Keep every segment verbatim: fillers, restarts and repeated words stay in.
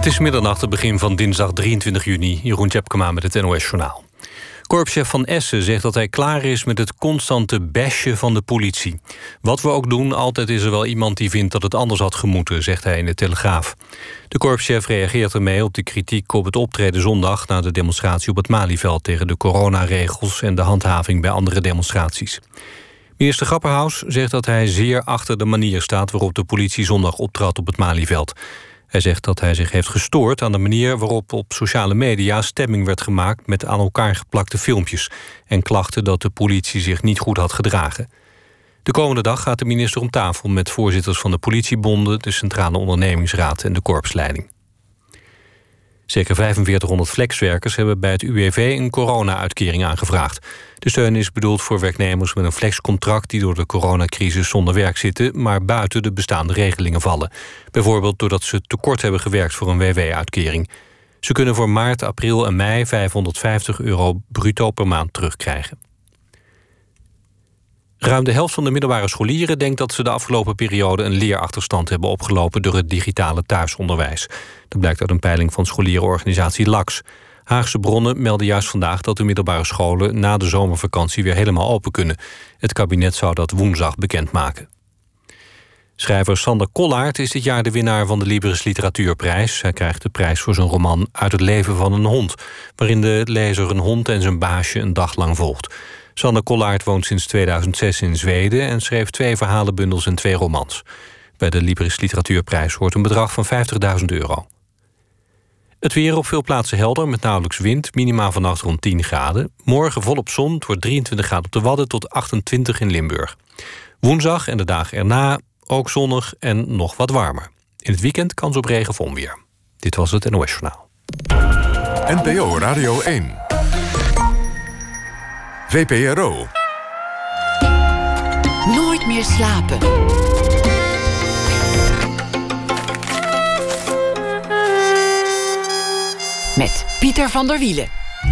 Het is middernacht, het begin van dinsdag drieëntwintig juni. Jeroen Tjepkema met het N O S-journaal. Korpschef Van Essen zegt dat hij klaar is met het constante bashen van de politie. Wat we ook doen, altijd is er wel iemand die vindt dat het anders had gemoeten, zegt hij in de Telegraaf. De korpschef reageert ermee op de kritiek op het optreden zondag na de demonstratie op het Malieveld tegen de coronaregels en de handhaving bij andere demonstraties. Minister Grapperhaus zegt dat hij zeer achter de manier staat waarop de politie zondag optrad op het Malieveld. Hij zegt dat hij zich heeft gestoord aan de manier waarop op sociale media stemming werd gemaakt met aan elkaar geplakte filmpjes en klachten dat de politie zich niet goed had gedragen. De komende dag gaat de minister om tafel met voorzitters van de politiebonden, de Centrale Ondernemingsraad en de korpsleiding. Zeker vijfenveertighonderd flexwerkers hebben bij het U W V een corona-uitkering aangevraagd. De steun is bedoeld voor werknemers met een flexcontract die door de coronacrisis zonder werk zitten, maar buiten de bestaande regelingen vallen. Bijvoorbeeld doordat ze tekort hebben gewerkt voor een W W-uitkering. Ze kunnen voor maart, april en mei vijfhonderdvijftig euro bruto per maand terugkrijgen. Ruim de helft van de middelbare scholieren denkt dat ze de afgelopen periode een leerachterstand hebben opgelopen door het digitale thuisonderwijs. Dat blijkt uit een peiling van scholierenorganisatie L A X. Haagse bronnen melden juist vandaag dat de middelbare scholen na de zomervakantie weer helemaal open kunnen. Het kabinet zou dat woensdag bekendmaken. Schrijver Sander Kollaert is dit jaar de winnaar van de Libris Literatuurprijs. Hij krijgt de prijs voor zijn roman Uit het leven van een hond, waarin de lezer een hond en zijn baasje een dag lang volgt. Sander Kollaert woont sinds tweeduizend zes in Zweden en schreef twee verhalenbundels en twee romans. Bij de Libris Literatuurprijs hoort een bedrag van vijftigduizend euro. Het weer op veel plaatsen helder, met nauwelijks wind. Minima vannacht rond tien graden. Morgen volop zon, het wordt drieëntwintig graden op de Wadden tot achtentwintig in Limburg. Woensdag en de dagen erna ook zonnig en nog wat warmer. In het weekend kans op regen of onweer. Dit was het N O S-journaal. N P O Radio één. V P R O. Nooit meer slapen. Met Pieter van der Wielen.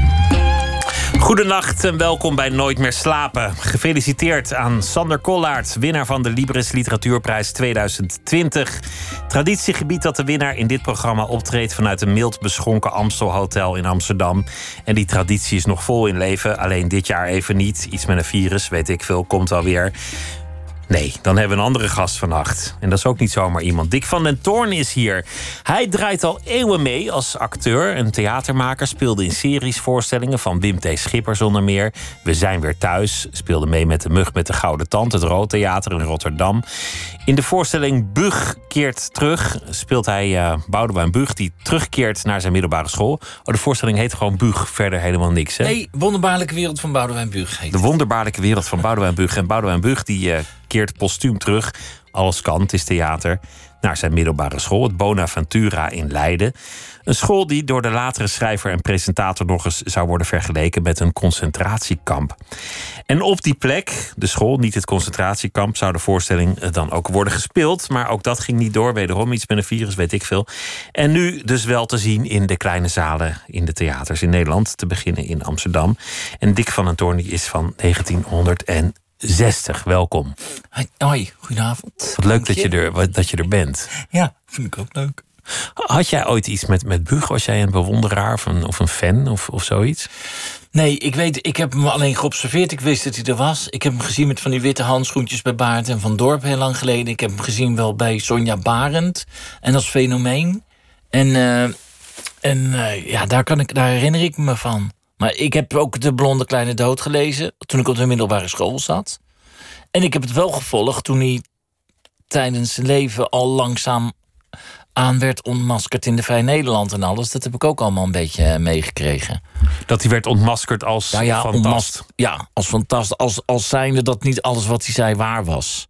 Goedenacht en welkom bij Nooit meer slapen. Gefeliciteerd aan Sander Kollaert, winnaar van de Libris Literatuurprijs tweeduizend twintig. Traditiegebied dat de winnaar in dit programma optreedt vanuit een mild beschonken Amstelhotel in Amsterdam. En die traditie is nog vol in leven, alleen dit jaar even niet. Iets met een virus, weet ik veel, komt alweer. Nee, dan hebben we een andere gast vannacht. En dat is ook niet zomaar iemand. Dick van den Toorn is hier. Hij draait al eeuwen mee als acteur en theatermaker. Speelde in series, voorstellingen van Wim T. Schipper zonder meer. We zijn weer thuis. Speelde mee met de Mug met de Gouden Tand, het Rood Theater in Rotterdam. In de voorstelling Bug keert terug speelt hij uh, Boudewijn Bug, die terugkeert naar zijn middelbare school. Oh, de voorstelling heet gewoon Bug, verder helemaal niks, hè? Nee, Wonderbaarlijke Wereld van Boudewijn Bug heet De Wonderbaarlijke Wereld van Boudewijn Bug. En Boudewijn Bug die uh, keert postuum terug, alles kan, het is theater, naar zijn middelbare school, het Bonaventura in Leiden. Een school die door de latere schrijver en presentator nog eens zou worden vergeleken met een concentratiekamp. En op die plek, de school, niet het concentratiekamp, zou de voorstelling dan ook worden gespeeld. Maar ook dat ging niet door, wederom iets met een virus, weet ik veel. En nu dus wel te zien in de kleine zalen in de theaters in Nederland, te beginnen in Amsterdam. En Dick van den Toorn die is van negentienhonderdzestig. Welkom. Hoi, goedenavond. Wat leuk dat je, er, dat je er bent. Ja, vind ik ook leuk. Had jij ooit iets met, met Bug? Was jij een bewonderaar of een, of een fan of, of zoiets? Nee, ik weet, ik heb hem alleen geobserveerd. Ik wist dat hij er was. Ik heb hem gezien met van die witte handschoentjes bij Baart en Van Dorp heel lang geleden. Ik heb hem gezien wel bij Sonja Barend en als fenomeen. En, uh, en uh, ja, daar, kan ik, daar herinner ik me van. Maar ik heb ook De Blonde Kleine Dood gelezen toen ik op de middelbare school zat. En ik heb het wel gevolgd toen hij tijdens zijn leven al langzaam aan werd ontmaskerd in de Vrij Nederland en alles. Dat heb ik ook allemaal een beetje meegekregen. Dat hij werd ontmaskerd als ja, ja, fantast? Ontmas- ja, als fantast. Als, als zijnde dat niet alles wat hij zei waar was.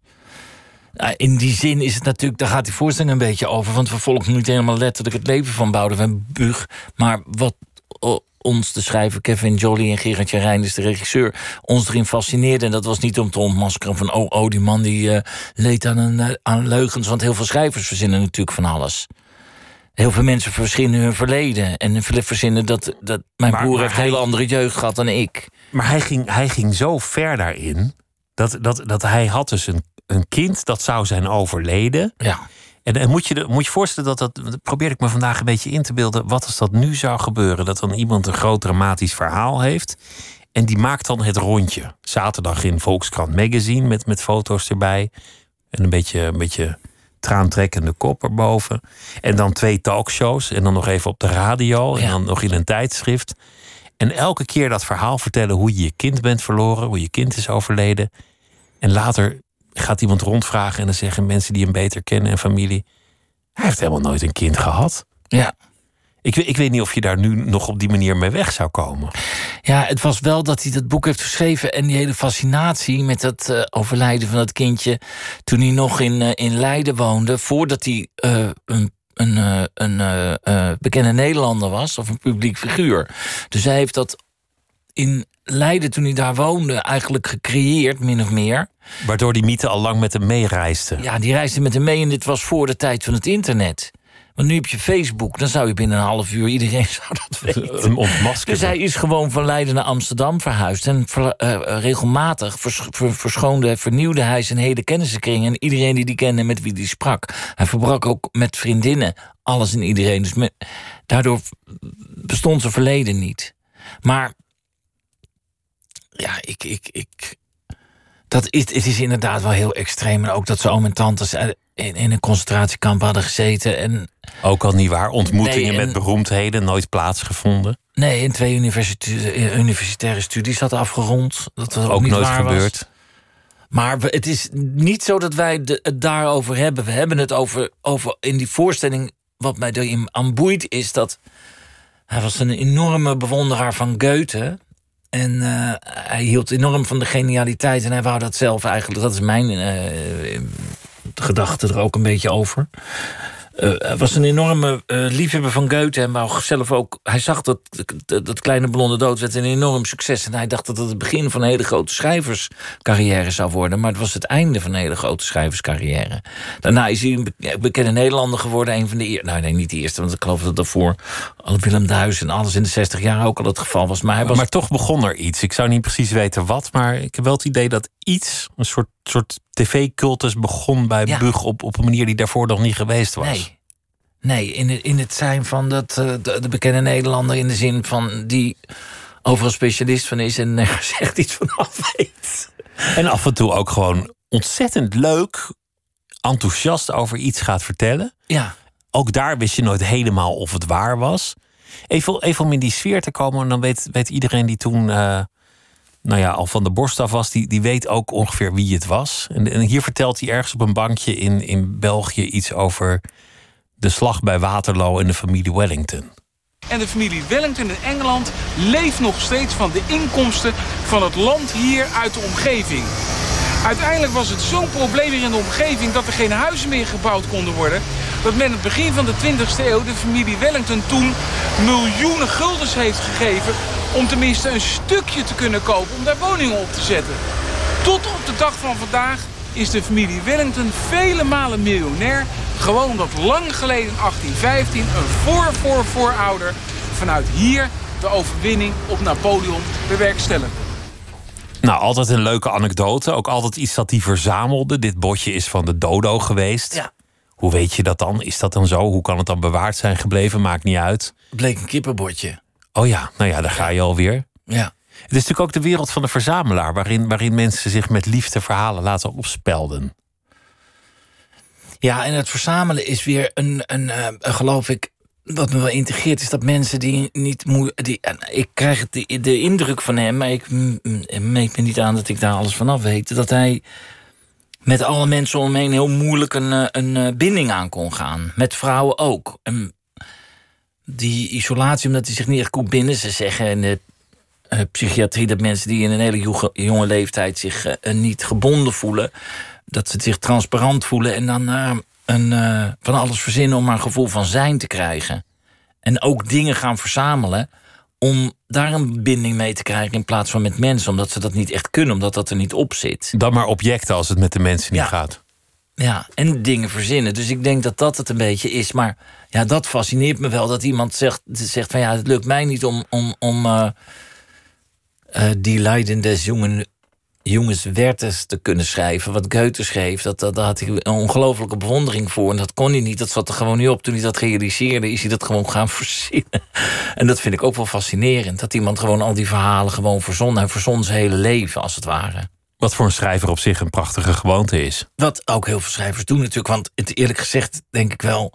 In die zin is het natuurlijk, daar gaat die voorstelling een beetje over. Want we volgen niet helemaal letterlijk het leven van Boudewijn Bug. Maar wat ons, de schrijver Kevin Jolly en Gerard Jarijn, dus de regisseur, ons erin fascineerde. En dat was niet om te ontmaskeren van oh, oh die man die uh, leed aan, een, aan leugens. Want heel veel schrijvers verzinnen natuurlijk van alles. Heel veel mensen verzinnen hun verleden. En verzinnen dat, dat mijn maar, broer maar heeft hij, een hele andere jeugd gehad dan ik. Maar hij ging, hij ging zo ver daarin dat, dat, dat hij had dus een, een kind dat zou zijn overleden. Ja. En, en moet, je de, moet je voorstellen dat dat... dat probeer ik me vandaag een beetje in te beelden. Wat als dat nu zou gebeuren? Dat dan iemand een groot dramatisch verhaal heeft... en die maakt dan het rondje. Zaterdag in Volkskrant Magazine met, met foto's erbij. En een beetje, een beetje traantrekkende kop erboven. En dan twee talkshows. En dan nog even op de radio. En ja. dan nog in een tijdschrift. En elke keer dat verhaal vertellen hoe je je kind bent verloren. Hoe je kind is overleden. En later gaat iemand rondvragen. En dan zeggen mensen die hem beter kennen en familie... hij heeft helemaal nooit een kind gehad. Ja. Ik, ik weet niet of je daar nu nog op die manier mee weg zou komen. Ja, het was wel dat hij dat boek heeft geschreven... en die hele fascinatie met het uh, overlijden van dat kindje... toen hij nog in, uh, in Leiden woonde... voordat hij uh, een, een, uh, een uh, uh, bekende Nederlander was... of een publiek figuur. Dus hij heeft dat in Leiden, toen hij daar woonde... eigenlijk gecreëerd, min of meer. Waardoor die mythe al lang met hem meereisde. Ja, die reisde met hem mee en dit was voor de tijd van het internet... Want nu heb je Facebook, dan zou je binnen een half uur... iedereen zou dat weten. Een ontmaskeren. Dus hij is gewoon van Leiden naar Amsterdam verhuisd. En ver, uh, regelmatig vers, ver, verschoonde, vernieuwde hij zijn hele kennissenkring. En iedereen die die kende, met wie die sprak. Hij verbrak ook met vriendinnen alles en iedereen. Dus met, daardoor bestond zijn verleden niet. Maar ja, ik... ik, ik dat is, het is inderdaad wel heel extreem. En ook dat zijn oom en tantes in, in een concentratiekamp hadden gezeten. En ook al niet waar. Ontmoetingen nee, en, met beroemdheden nooit plaatsgevonden. Nee, in twee universita- universitaire studies had afgerond. Dat was ook, ook niet nooit waar gebeurd. Was. Maar we, het is niet zo dat wij de, het daarover hebben. We hebben het over, over in die voorstelling. Wat mij erin aan boeit is dat hij was een enorme bewonderaar van Goethe. En uh, hij hield enorm van de genialiteit. En hij wou dat zelf eigenlijk... Dat is mijn uh, gedachte er ook een beetje over. Uh, hij was een enorme uh, liefhebber van Goethe. En wou zelf ook... Hij zag dat, dat, dat kleine blonde dood werd een enorm succes. En hij dacht dat het het begin van een hele grote schrijverscarrière zou worden. Maar het was het einde van een hele grote schrijverscarrière. Daarna is hij een bekende Nederlander geworden. Een van de eerste... Nou nee, niet de eerste. Want ik geloof dat daarvoor... Willem Duis en alles in de zestig jaar ook al het geval was. Maar, hij was... maar toch begon er iets. Ik zou niet precies weten wat. Maar ik heb wel het idee dat iets... een soort, soort tv-cultus begon bij ja. Bug... Op, op een manier die daarvoor nog niet geweest was. Nee. Nee, in het, in het zijn van dat, uh, de, de bekende Nederlander... in de zin van die overal specialist van is... en nergens echt iets van af weet. En af en toe ook gewoon ontzettend leuk... enthousiast over iets gaat vertellen. Ja. Ook daar wist je nooit helemaal of het waar was. Even, even om in die sfeer te komen... dan weet, weet iedereen die toen uh, nou ja, al van de borst af was... die, die weet ook ongeveer wie het was. En, en hier vertelt hij ergens op een bankje in, in België... iets over... de slag bij Waterloo en de familie Wellington. En de familie Wellington in Engeland leeft nog steeds van de inkomsten van het land hier uit de omgeving. Uiteindelijk was het zo'n probleem hier in de omgeving dat er geen huizen meer gebouwd konden worden. Dat men het begin van de twintigste eeuw de familie Wellington toen miljoenen guldens heeft gegeven om tenminste een stukje te kunnen kopen om daar woningen op te zetten. Tot op de dag van vandaag is de familie Wellington vele malen miljonair. Gewoon omdat lang geleden in achttien vijftien een voor-voor-voorouder vanuit hier de overwinning op Napoleon bewerkstelligde. Nou, altijd een leuke anekdote. Ook altijd iets dat hij verzamelde. Dit botje is van de dodo geweest. Ja. Hoe weet je dat dan? Is dat dan zo? Hoe kan het dan bewaard zijn gebleven? Maakt niet uit. Het bleek een kippenbotje. Oh ja, nou ja, daar ga je alweer. Ja. Het is natuurlijk ook de wereld van de verzamelaar... waarin, waarin mensen zich met liefde verhalen laten opspelden. Ja, en het verzamelen is weer een, een uh, geloof ik... wat me wel integreert, is dat mensen die niet moeilijk... Die, ik krijg het, de, de indruk van hem, maar ik meet me niet aan dat ik daar alles vanaf weet... dat hij met alle mensen om hem heen heel moeilijk een, een binding aan kon gaan. Met vrouwen ook. En die isolatie, omdat hij zich niet echt goed binden... ze zeggen in de uh, psychiatrie dat mensen die in een hele jonge, jonge leeftijd... zich uh, niet gebonden voelen... dat ze zich transparant voelen en dan uh, een, uh, van alles verzinnen... om maar een gevoel van zijn te krijgen. En ook dingen gaan verzamelen om daar een binding mee te krijgen... in plaats van met mensen, omdat ze dat niet echt kunnen... omdat dat er niet op zit. Dan maar objecten als het met de mensen niet ja. gaat. Ja, en dingen verzinnen. Dus ik denk dat dat het een beetje is. Maar ja, dat fascineert me wel, dat iemand zegt, zegt van... ja, het lukt mij niet om, om, om uh, uh, die lijden des jongen Jongens Werthers te kunnen schrijven, wat Goethe schreef, dat, dat, daar had hij een ongelofelijke bewondering voor. En dat kon hij niet, dat zat er gewoon niet op. Toen hij dat realiseerde, is hij dat gewoon gaan verzinnen. En dat vind ik ook wel fascinerend. Dat iemand gewoon al die verhalen gewoon verzon. Hij verzon zijn hele leven, als het ware. Wat voor een schrijver op zich een prachtige gewoonte is. Wat ook heel veel schrijvers doen natuurlijk. Want het, eerlijk gezegd denk ik wel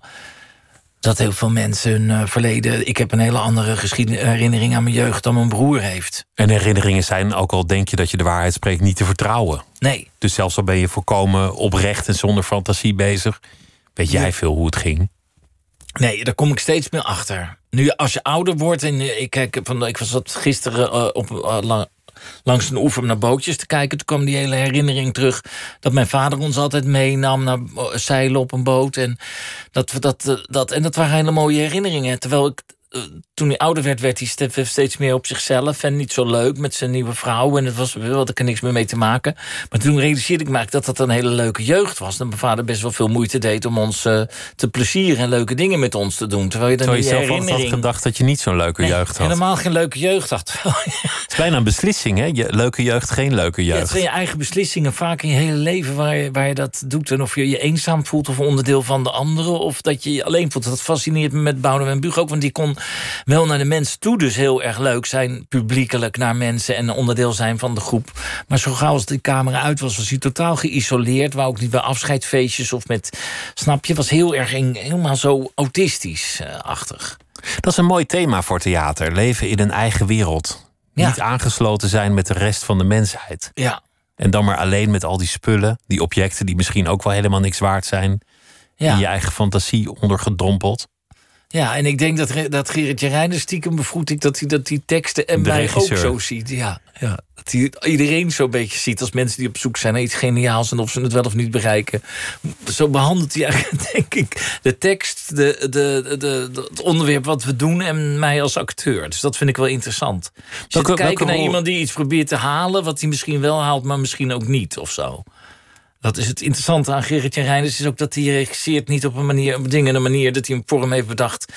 dat heel veel mensen hun uh, verleden... Ik heb een hele andere geschiedenis, herinnering aan mijn jeugd dan mijn broer heeft. En herinneringen zijn, ook al denk je dat je de waarheid spreekt, niet te vertrouwen. Nee. Dus zelfs al ben je volkomen oprecht en zonder fantasie bezig, weet jij veel hoe het ging? Nee, daar kom ik steeds meer achter. Nu, als je ouder wordt en ik kijk van, ik was dat gisteren uh, op uh, lang, langs een oever naar bootjes te kijken. Toen kwam die hele herinnering terug dat mijn vader ons altijd meenam naar zeilen op een boot. En dat, dat, dat, en dat waren hele mooie herinneringen. Terwijl ik, toen hij ouder werd, werd hij steeds meer op zichzelf. En niet zo leuk met zijn nieuwe vrouw. En het was, had ik er niks meer mee te maken. Maar toen realiseerde ik me dat dat een hele leuke jeugd was. Dat mijn vader best wel veel moeite deed om ons uh, te plezieren en leuke dingen met ons te doen. Terwijl je dan Terwijl je zelf herinnering... altijd had gedacht dat je niet zo'n leuke nee, jeugd had. Helemaal geen leuke jeugd had. Het is bijna een beslissing, hè? Je, leuke jeugd, geen leuke jeugd. Ja, het zijn je eigen beslissingen vaak in je hele leven waar je, waar je dat doet. En of je je eenzaam voelt of onderdeel van de anderen. Of dat je je alleen voelt. Dat fascineert me met Boudewijn Buug ook. Want die kon wel naar de mensen toe dus heel erg leuk zijn. Publiekelijk naar mensen en onderdeel zijn van de groep. Maar zo gauw als die camera uit was, was hij totaal geïsoleerd. Wou ook niet bij afscheidsfeestjes of met... Snap je? Was heel erg in, helemaal zo autistisch-achtig. Dat is een mooi thema voor theater. Leven in een eigen wereld. Ja. Niet aangesloten zijn met de rest van de mensheid. Ja. En dan maar alleen met al die spullen, die objecten die misschien ook wel helemaal niks waard zijn. Ja. In je eigen fantasie ondergedompeld. Ja, en ik denk dat, dat Gerritje Reinders stiekem bevroed ik dat hij dat die teksten en De mij regisseur. ook zo ziet. Ja, ja. Dat hij iedereen zo'n beetje ziet als mensen die op zoek zijn naar iets geniaals en of ze het wel of niet bereiken. Zo behandelt hij eigenlijk, denk ik, de tekst, de, de, de, de, het onderwerp wat we doen en mij als acteur. Dus dat vind ik wel interessant. Dus Welke- te kijken welke naar rol- iemand die iets probeert te halen, wat hij misschien wel haalt, maar misschien ook niet of zo. Dat is het interessante aan Gerritje Reinders, is ook dat hij regisseert niet op een manier, op dingen, een manier dat hij een vorm heeft bedacht.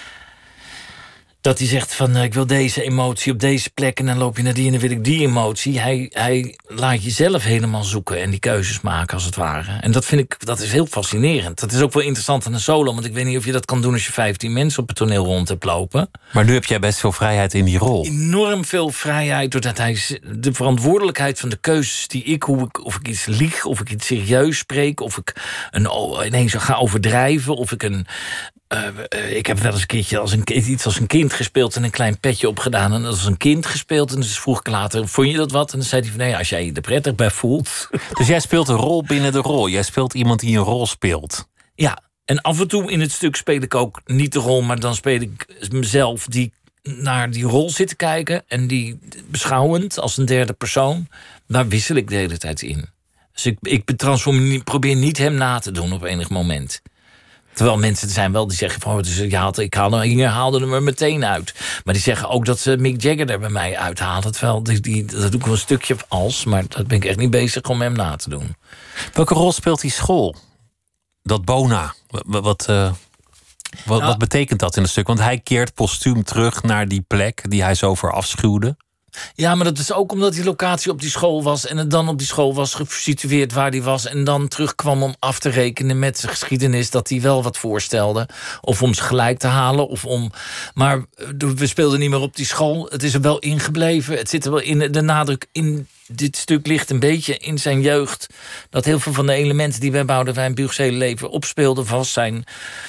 Dat hij zegt van, uh, ik wil deze emotie op deze plek en dan loop je naar die en dan wil ik die emotie. Hij, hij laat jezelf helemaal zoeken en die keuzes maken als het ware. En dat vind ik, dat is heel fascinerend. Dat is ook wel interessant aan een solo, want ik weet niet of je dat kan doen als je vijftien mensen op het toneel rond hebt lopen. Maar nu heb jij best veel vrijheid in die rol. Enorm veel vrijheid, doordat hij de verantwoordelijkheid van de keuzes die ik, hoe ik, of ik iets lieg, of ik iets serieus spreek, of ik een, ineens ga overdrijven, of ik een... Uh, uh, ik heb wel eens een keertje als een, iets als een kind gespeeld en een klein petje opgedaan. En als een kind gespeeld. En dus vroeg ik later, vond je dat wat? En dan zei hij van, nee, als jij je er prettig bij voelt. Dus jij speelt een rol binnen de rol. Jij speelt iemand die een rol speelt. Ja, en af en toe in het stuk speel ik ook niet de rol, maar dan speel ik mezelf die naar die rol zit te kijken. En die beschouwend als een derde persoon. Daar wissel ik de hele tijd in. Dus ik, ik transformeer, probeer niet hem na te doen op enig moment. Terwijl mensen er zijn wel die zeggen van, dus je haalt, ik haalde, hier haalde hem er meteen uit. Maar die zeggen ook dat ze Mick Jagger er bij mij uithalen. Terwijl die, die, dat doe ik wel een stukje als, maar dat ben ik echt niet bezig om hem na te doen. Welke rol speelt die school? Dat Bona. Wat, wat, uh, wat, Nou, wat betekent dat in een stuk? Want hij keert postuum terug naar die plek die hij zo verafschuwde. Ja, maar dat is ook omdat die locatie op die school was en het dan op die school was gesitueerd waar die was en dan terugkwam om af te rekenen met zijn geschiedenis dat hij wel wat voorstelde. Of om ze gelijk te halen. Of om... Maar we speelden niet meer op die school. Het is er wel ingebleven. Het zit er wel in. De nadruk in dit stuk ligt een beetje in zijn jeugd. Dat heel veel van de elementen die bij Boudewijn Buug's hele leven opspeelden vast zijn.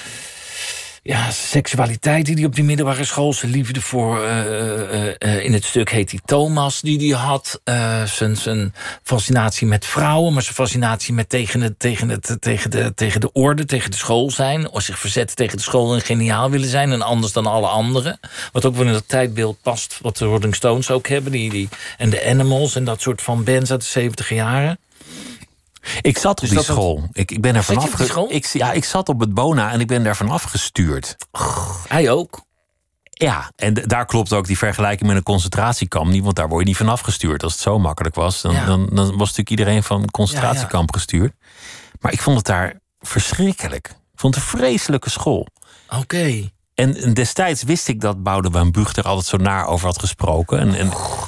Ja, seksualiteit die hij op die middelbare school, zijn liefde voor, uh, uh, uh, in het stuk heet hij Thomas, die hij had. Uh, zijn, zijn fascinatie met vrouwen, maar zijn fascinatie met tegen, het, tegen, het, tegen, de, tegen de orde, tegen de school zijn. Of zich verzetten tegen de school en geniaal willen zijn en anders dan alle anderen. Wat ook wel in dat tijdbeeld past, wat de Rolling Stones ook hebben. Die, die, en de Animals en dat soort van bands uit de zeventig jaren. Ik zat op Dus die dat school. dat... Ik, ik ben er Zat je vanaf op die ge- school? ik, ja, ik zat op het Bona en ik ben daar vanaf gestuurd. Hij ook. Ja, en d- daar klopt ook die vergelijking met een concentratiekamp niet, want daar word je niet vanaf gestuurd. Als het zo makkelijk was, dan, Ja. dan, dan was natuurlijk iedereen van een concentratiekamp gestuurd. Maar ik vond het daar verschrikkelijk. Ik vond het een vreselijke school. Oké. Okay. En destijds wist ik dat Boudewijn Buug er altijd zo naar over had gesproken. En, en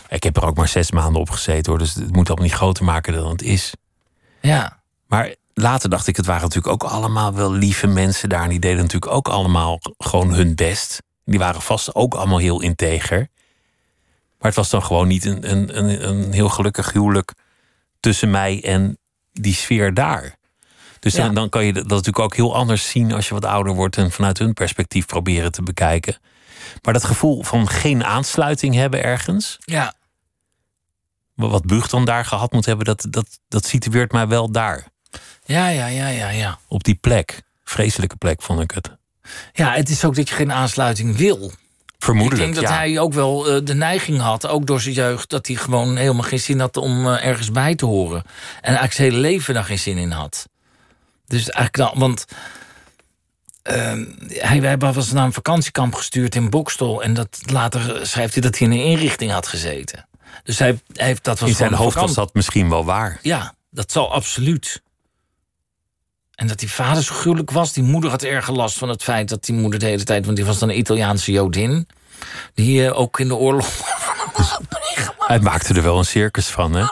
Ik heb er ook maar zes maanden op gezeten, hoor. Dus het moet allemaal niet groter maken dan het is. Ja. Maar later dacht ik, het waren natuurlijk ook allemaal wel lieve mensen daar. En die deden natuurlijk ook allemaal gewoon hun best. Die waren vast ook allemaal heel integer. Maar het was dan gewoon niet een, een, een, een heel gelukkig huwelijk tussen mij en die sfeer daar. Dus Ja. dan, dan kan je dat natuurlijk ook heel anders zien als je wat ouder wordt en vanuit hun perspectief proberen te bekijken. Maar dat gevoel van geen aansluiting hebben ergens, Ja. wat Buug dan daar gehad moet hebben, dat, dat, dat situeert mij wel daar. Ja, ja, ja, ja, ja. Op die plek. Vreselijke plek vond ik het. Ja, het is ook dat je geen aansluiting wil. Vermoedelijk, Ik denk dat ja. hij ook wel uh, de neiging had, ook door zijn jeugd, dat hij gewoon helemaal geen zin had om uh, ergens bij te horen. En eigenlijk zijn hele leven daar geen zin in had. Dus eigenlijk dan, want uh, hij, hij was naar een vakantiekamp gestuurd in Bokstel. En dat, later schrijft hij dat hij in een inrichting had gezeten. Dus hij, hij heeft, dat was In zijn gewoon hoofd was vakantie. dat misschien wel waar. Ja, dat zal absoluut. En dat die vader zo gruwelijk was. Die moeder had erg last van het feit dat die moeder de hele tijd... want die was dan een Italiaanse Jodin. Die uh, ook in de oorlog... Hij maakte er wel een circus van, hè?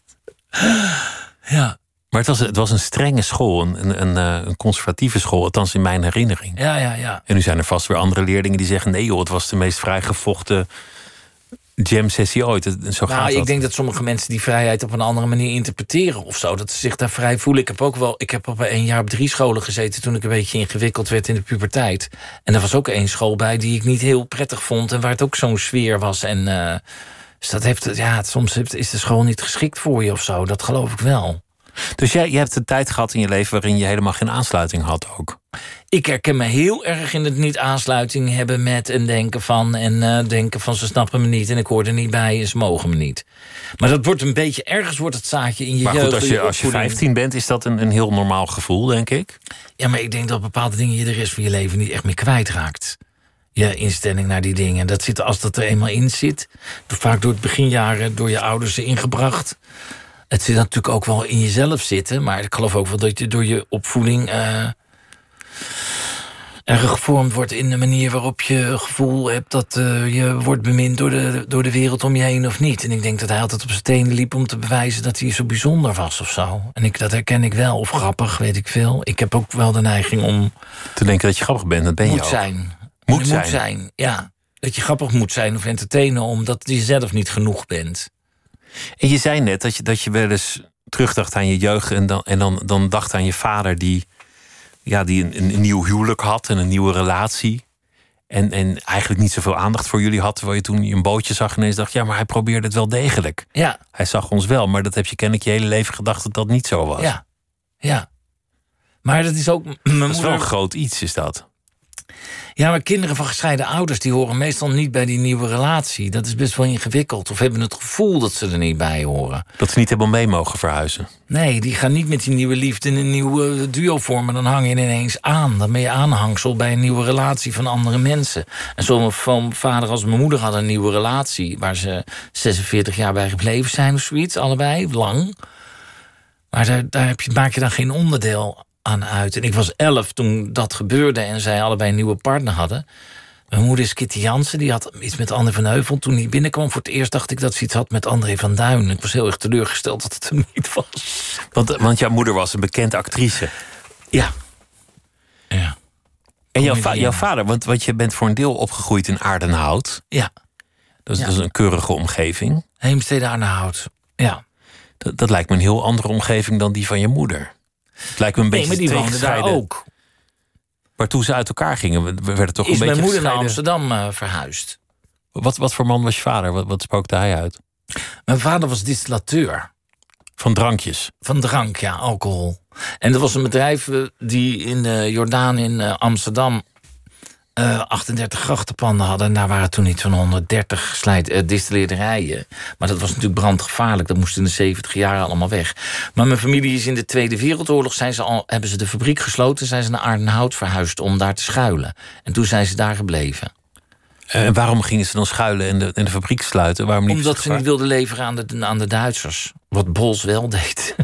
Ja, Maar het was, het was een strenge school, een, een, een, een conservatieve school, althans in mijn herinnering. ja, ja, ja. En nu zijn er vast weer andere leerlingen die zeggen... nee joh, het was de meest vrijgevochten jam-sessie ooit. Zo gaat Nou, dat. ik denk dat sommige mensen die vrijheid op een andere manier interpreteren of zo. Dat ze zich daar vrij voelen. Ik heb ook wel, ik heb op een jaar op drie scholen gezeten toen ik een beetje ingewikkeld werd in de puberteit. En er was ook één school bij die ik niet heel prettig vond en waar het ook zo'n sfeer was. En uh, dus dat heeft, ja, soms is de school niet geschikt voor je of zo. Dat geloof ik wel. Dus jij, jij hebt een tijd gehad in je leven waarin je helemaal geen aansluiting had ook. Ik herken me heel erg in het niet aansluiting hebben met en denken van... en uh, denken van ze snappen me niet en ik hoor er niet bij en ze mogen me niet. Maar dat wordt een beetje, ergens wordt het zaadje in je Maar jeugd... goed, als je, door als je opvoeding. vijftien bent, is dat een, een heel normaal gevoel, denk ik. Ja, maar ik denk dat bepaalde dingen je de rest van je leven niet echt meer kwijtraakt. Je instelling naar die dingen. Dat zit, als dat er eenmaal in zit, vaak door het beginjaren door je ouders ingebracht... Het zit natuurlijk ook wel in jezelf zitten. Maar ik geloof ook wel dat je door je opvoeding... Uh, erg gevormd wordt in de manier waarop je het gevoel hebt... dat uh, je wordt bemind door de, door de wereld om je heen of niet. En ik denk dat hij altijd op zijn tenen liep om te bewijzen... dat hij zo bijzonder was of zo. En ik, dat herken ik wel. Of grappig, weet ik veel. Ik heb ook wel de neiging om... Te denken dat je grappig bent, dat ben je moet ook. zijn. Moet je zijn. Moet zijn, ja. Dat je grappig moet zijn of entertainen... omdat je zelf niet genoeg bent. En je zei net dat je, dat je wel eens terugdacht aan je jeugd... en dan, en dan, dan dacht aan je vader die, ja, die een, een nieuw huwelijk had... en een nieuwe relatie. En, en eigenlijk niet zoveel aandacht voor jullie had... terwijl je toen je een bootje zag ineens dacht... ja, maar hij probeerde het wel degelijk. Ja. Hij zag ons wel, maar dat heb je kennelijk je hele leven gedacht... dat dat niet zo was. Ja, ja. Maar dat is ook... Mijn dat is moeder... wel een groot iets, is dat. Ja, maar kinderen van gescheiden ouders... die horen meestal niet bij die nieuwe relatie. Dat is best wel ingewikkeld. Of hebben het gevoel dat ze er niet bij horen. Dat ze niet helemaal mee mogen verhuizen. Nee, die gaan niet met die nieuwe liefde... een nieuwe duo vormen. Dan hang je ineens aan. Dan ben je aanhangsel bij een nieuwe relatie van andere mensen. En zowel mijn vader als mijn moeder hadden een nieuwe relatie... waar ze zesenveertig jaar bij gebleven zijn of zoiets. Allebei, lang. Maar daar, daar heb je, maak je dan geen onderdeel aan uit. En ik was elf toen dat gebeurde en zij allebei een nieuwe partner hadden. Mijn moeder is Kitty Jansen, die had iets met André van Heuvel. Toen hij binnenkwam voor het eerst dacht ik dat ze iets had met André van Duin. Ik was heel erg teleurgesteld dat het hem niet was. Want, want jouw moeder was een bekende actrice. Ja. Ja. En jouw, va- Comedian. jouw vader, want, want je bent voor een deel opgegroeid in Aardenhout. Ja. Dat is, Ja. dat is een keurige omgeving. Heemstede Arnhout. Ja. Dat, dat lijkt me een heel andere omgeving dan die van je moeder. Het lijkt me een Nee, beetje maar die woonde daar tegengescheiden. ook. Maar toen ze uit elkaar gingen, we- we werden toch Is een beetje mijn moeder naar gescheiden. Amsterdam uh, verhuisd. Wat, wat voor man was je vader? Wat, wat spookte hij uit? Mijn vader was distillateur. Van drankjes. Van drank, ja, alcohol. En dat was een bedrijf uh, die in de Jordaan in uh, Amsterdam... Uh, achtendertig grachtenpanden hadden. En daar waren toen iets van honderddertig slijt, uh, distilleerderijen. Maar dat was natuurlijk brandgevaarlijk. Dat moest in de zeventig jaren allemaal weg. Maar mijn familie is in de Tweede Wereldoorlog... Zijn ze al, hebben ze de fabriek gesloten... zijn ze naar Aardenhout verhuisd om daar te schuilen. En toen zijn ze daar gebleven. En waarom gingen ze dan schuilen en de, en de fabriek sluiten? Waarom niet? Omdat ze niet wilden leveren aan de, aan de Duitsers. Wat Bols wel deed.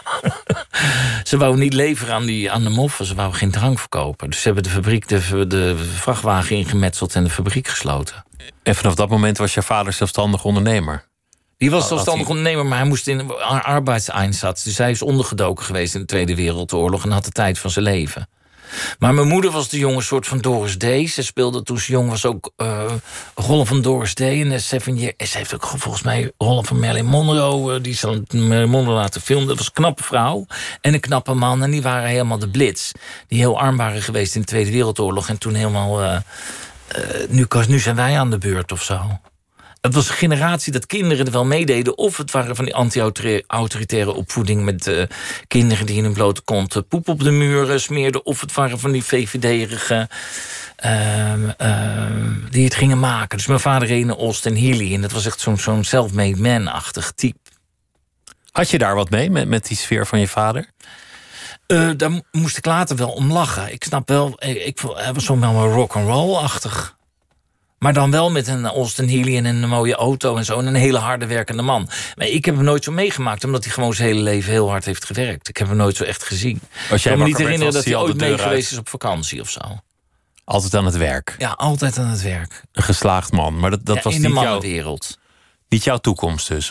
Ze wouden niet leveren aan, die, aan de moffen. Ze wouden geen drank verkopen. Dus ze hebben de fabriek, de, de vrachtwagen ingemetseld... en de fabriek gesloten. En vanaf dat moment was je vader zelfstandig ondernemer? Die was Had zelfstandig hij- ondernemer, maar hij moest in ar- arbeidseinsatz. Dus hij is ondergedoken geweest in de Tweede Wereldoorlog en had de tijd van zijn leven. Maar mijn moeder was de jonge soort van Doris Day. Ze speelde toen ze jong was ook uh, rollen van Doris Day in de Seven Year. En ze heeft ook volgens mij rollen van Marilyn Monroe. Uh, die ze Marilyn Monroe laten filmen. Dat was een knappe vrouw en een knappe man. En die waren helemaal de blitz. Die heel arm waren geweest in de Tweede Wereldoorlog. En toen helemaal... Uh, uh, nu, nu zijn wij aan de beurt of zo. Het was een generatie dat kinderen er wel meededen. Of het waren van die anti-autoritaire opvoeding... met uh, kinderen die in hun blote kont uh, poep op de muren smeerden. Of het waren van die V V D-erige uh, uh, die het gingen maken. Dus mijn vader reed naar Austin Healey. En dat was echt zo'n zo'n self-made man-achtig type. Had je daar wat mee, met, met die sfeer van je vader? Uh, daar moest ik later wel om lachen. Ik snap wel, ik, ik, hij was zo'n wel rock'n'roll-achtig. Maar dan wel met een Austin Healey en een mooie auto en zo. En een hele harde werkende man. Maar ik heb hem nooit zo meegemaakt. Omdat hij gewoon zijn hele leven heel hard heeft gewerkt. Ik heb hem nooit zo echt gezien. Als jij ik kan me niet wakker werd, herinneren was dat hij hij al ooit de deur mee geweest uit. is op vakantie of zo. Altijd aan het werk. Ja, altijd aan het werk. Een geslaagd man. Maar dat, dat Ja, was in de niet, jouw, mannenwereld. niet jouw toekomst dus.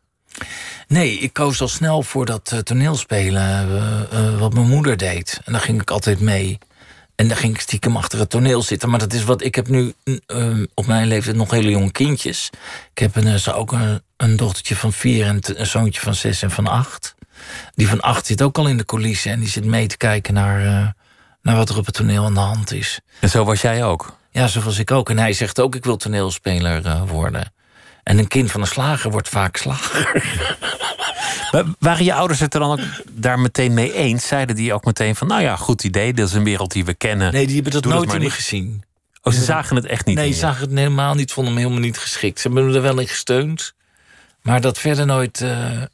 Nee, ik koos al snel voor dat uh, toneelspelen uh, uh, wat mijn moeder deed. En daar ging ik altijd mee. En dan ging ik stiekem achter het toneel zitten. Maar dat is wat ik heb nu uh, op mijn leeftijd nog hele jonge kindjes. Ik heb een, uh, ook een, een dochtertje van vier en een zoontje van zes en van acht. Die van acht zit ook al in de coulissen. En die zit mee te kijken naar, uh, naar wat er op het toneel aan de hand is. En zo was jij ook? Ja, zo was ik ook. En hij zegt ook, ik wil toneelspeler uh, worden. En een kind van een slager wordt vaak slager. Maar waren je ouders het er dan ook daar meteen mee eens? Zeiden die ook meteen van, nou ja, goed idee. Dat is een wereld die we kennen. Nee, die hebben dat Doe nooit maar in me niet. gezien. Oh, ze zagen het echt niet Nee, in ze je. zagen het helemaal niet. Vonden me helemaal niet geschikt. Ze hebben me er wel in gesteund. Maar dat verder nooit... Uh,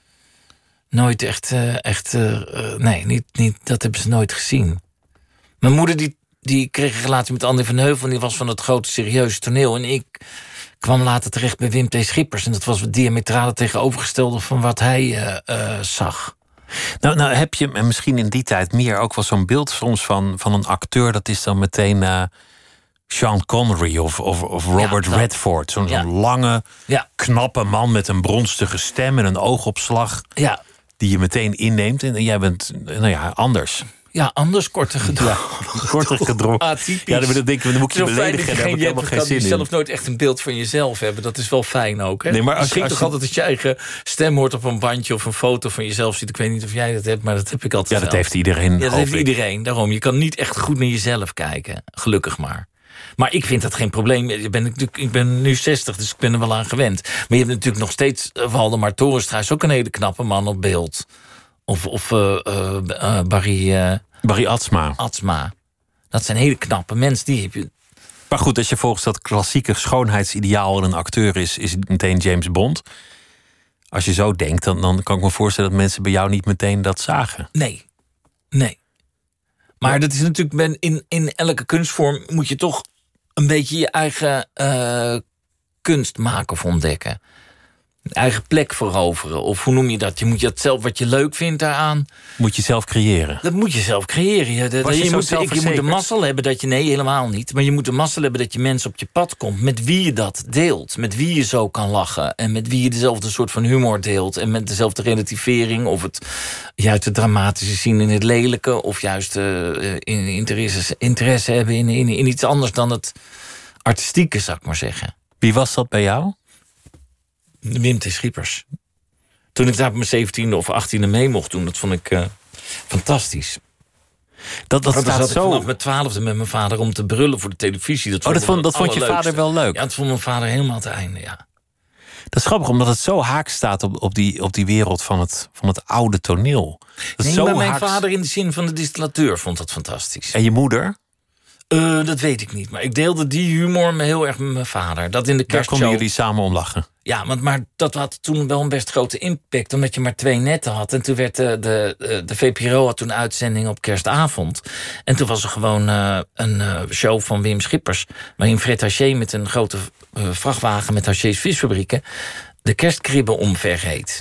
nooit echt... Uh, echt uh, uh, nee, niet, niet, dat hebben ze nooit gezien. Mijn moeder die, die kreeg een relatie met Andy van Heuvel. En die was van het grote serieuze toneel. En ik kwam later terecht bij Wim T. Schippers. En dat was het diametrale tegenovergestelde van wat hij uh, uh, zag. Nou, nou heb je en misschien in die tijd meer ook wel zo'n beeld soms van, van een acteur. Dat is dan meteen uh, Sean Connery of, of, of Robert Ja, dat- Redford. Zo'n Ja. zo'n lange, Ja, knappe man met een bronstige stem en een oogopslag. ja, Die je meteen inneemt. En jij bent, nou ja, anders. ja anders korter gedaan. Korter gedrongen. Atypisch. Ja, dan denk ik, dan moet ik je Het is wel fijn beledigen. dat Daar je heb ik geen helemaal hebt geen kan zin die in. zelf nooit echt een beeld van jezelf hebben. Dat is wel fijn ook. Hè? Nee, maar als Misschien je- als toch je- altijd dat je eigen stem hoort op een bandje of een foto van jezelf ziet. Ik weet niet of jij dat hebt, maar dat heb ik altijd Ja, dat wel. heeft iedereen. Ja, dat hoop heeft ik. iedereen. Daarom, je kan niet echt goed naar jezelf kijken. Gelukkig maar. Maar ik vind dat geen probleem. Ik ben, natuurlijk- ik ben nu zestig, dus ik ben er wel aan gewend. Maar je hebt natuurlijk nog steeds uh, Waldemar Torenstra, is ook een hele knappe man op beeld. Of, of uh, uh, uh, Barry uh, Barry Atsma. Atsma. Dat zijn hele knappe mensen. Die heb je. Maar goed, als je volgens dat klassieke schoonheidsideaal in een acteur is, is het meteen James Bond. Als je zo denkt, dan, dan kan ik me voorstellen dat mensen bij jou niet meteen dat zagen. Nee. Nee. Maar dat is natuurlijk, ben- in, in elke kunstvorm moet je toch een beetje je eigen uh, kunst maken of ontdekken. Een eigen plek veroveren. Of hoe noem je dat? Je moet je dat zelf, wat je leuk vindt daaraan, Moet je zelf creëren. dat moet je zelf creëren. Je, dat- Was je je, zo moet, ik- je moet de zelfverzekerd? mazzel hebben dat je... Nee, helemaal niet. Maar je moet de mazzel hebben dat je mensen op je pad komt, met wie je dat deelt. Met wie je zo kan lachen. En met wie je dezelfde soort van humor deelt. En met dezelfde relativering. Of het juist het dramatische zien in het lelijke. Of juist uh, in, interesse, interesse hebben in, in, in iets anders dan het artistieke, zou ik maar zeggen. Wie was dat bij jou? Wim T. Schippers. Toen ik daar op mijn zeventiende of achttiende mee mocht doen, dat vond ik uh, fantastisch. Dat, dat Want dan staat zat ik zo. vanaf mijn twaalfde met mijn vader om te brullen voor de televisie. Dat Oh, dat vond, vond, ik dat het vond je allerleukste. vader wel leuk. Ja, dat vond mijn vader helemaal het einde, ja. Dat is grappig, omdat het zo haaks staat op, op, die, op die wereld van het, van het oude toneel. Dat is Nee, zo maar mijn haaks- vader in de zin van de distillateur vond dat fantastisch. En je moeder? Uh, dat weet ik niet, maar ik deelde die humor me heel erg met mijn vader. Dat in de Daar kerstshow... konden jullie samen om lachen. Ja, want, maar dat had toen wel een best grote impact, omdat je maar twee netten had. En toen werd de, de, de V P R O had toen uitzending op kerstavond. En toen was er gewoon uh, een uh, show van Wim Schippers, waarin Fred Haché met een grote uh, vrachtwagen met Haché's visfabrieken de kerstkribben omver reed.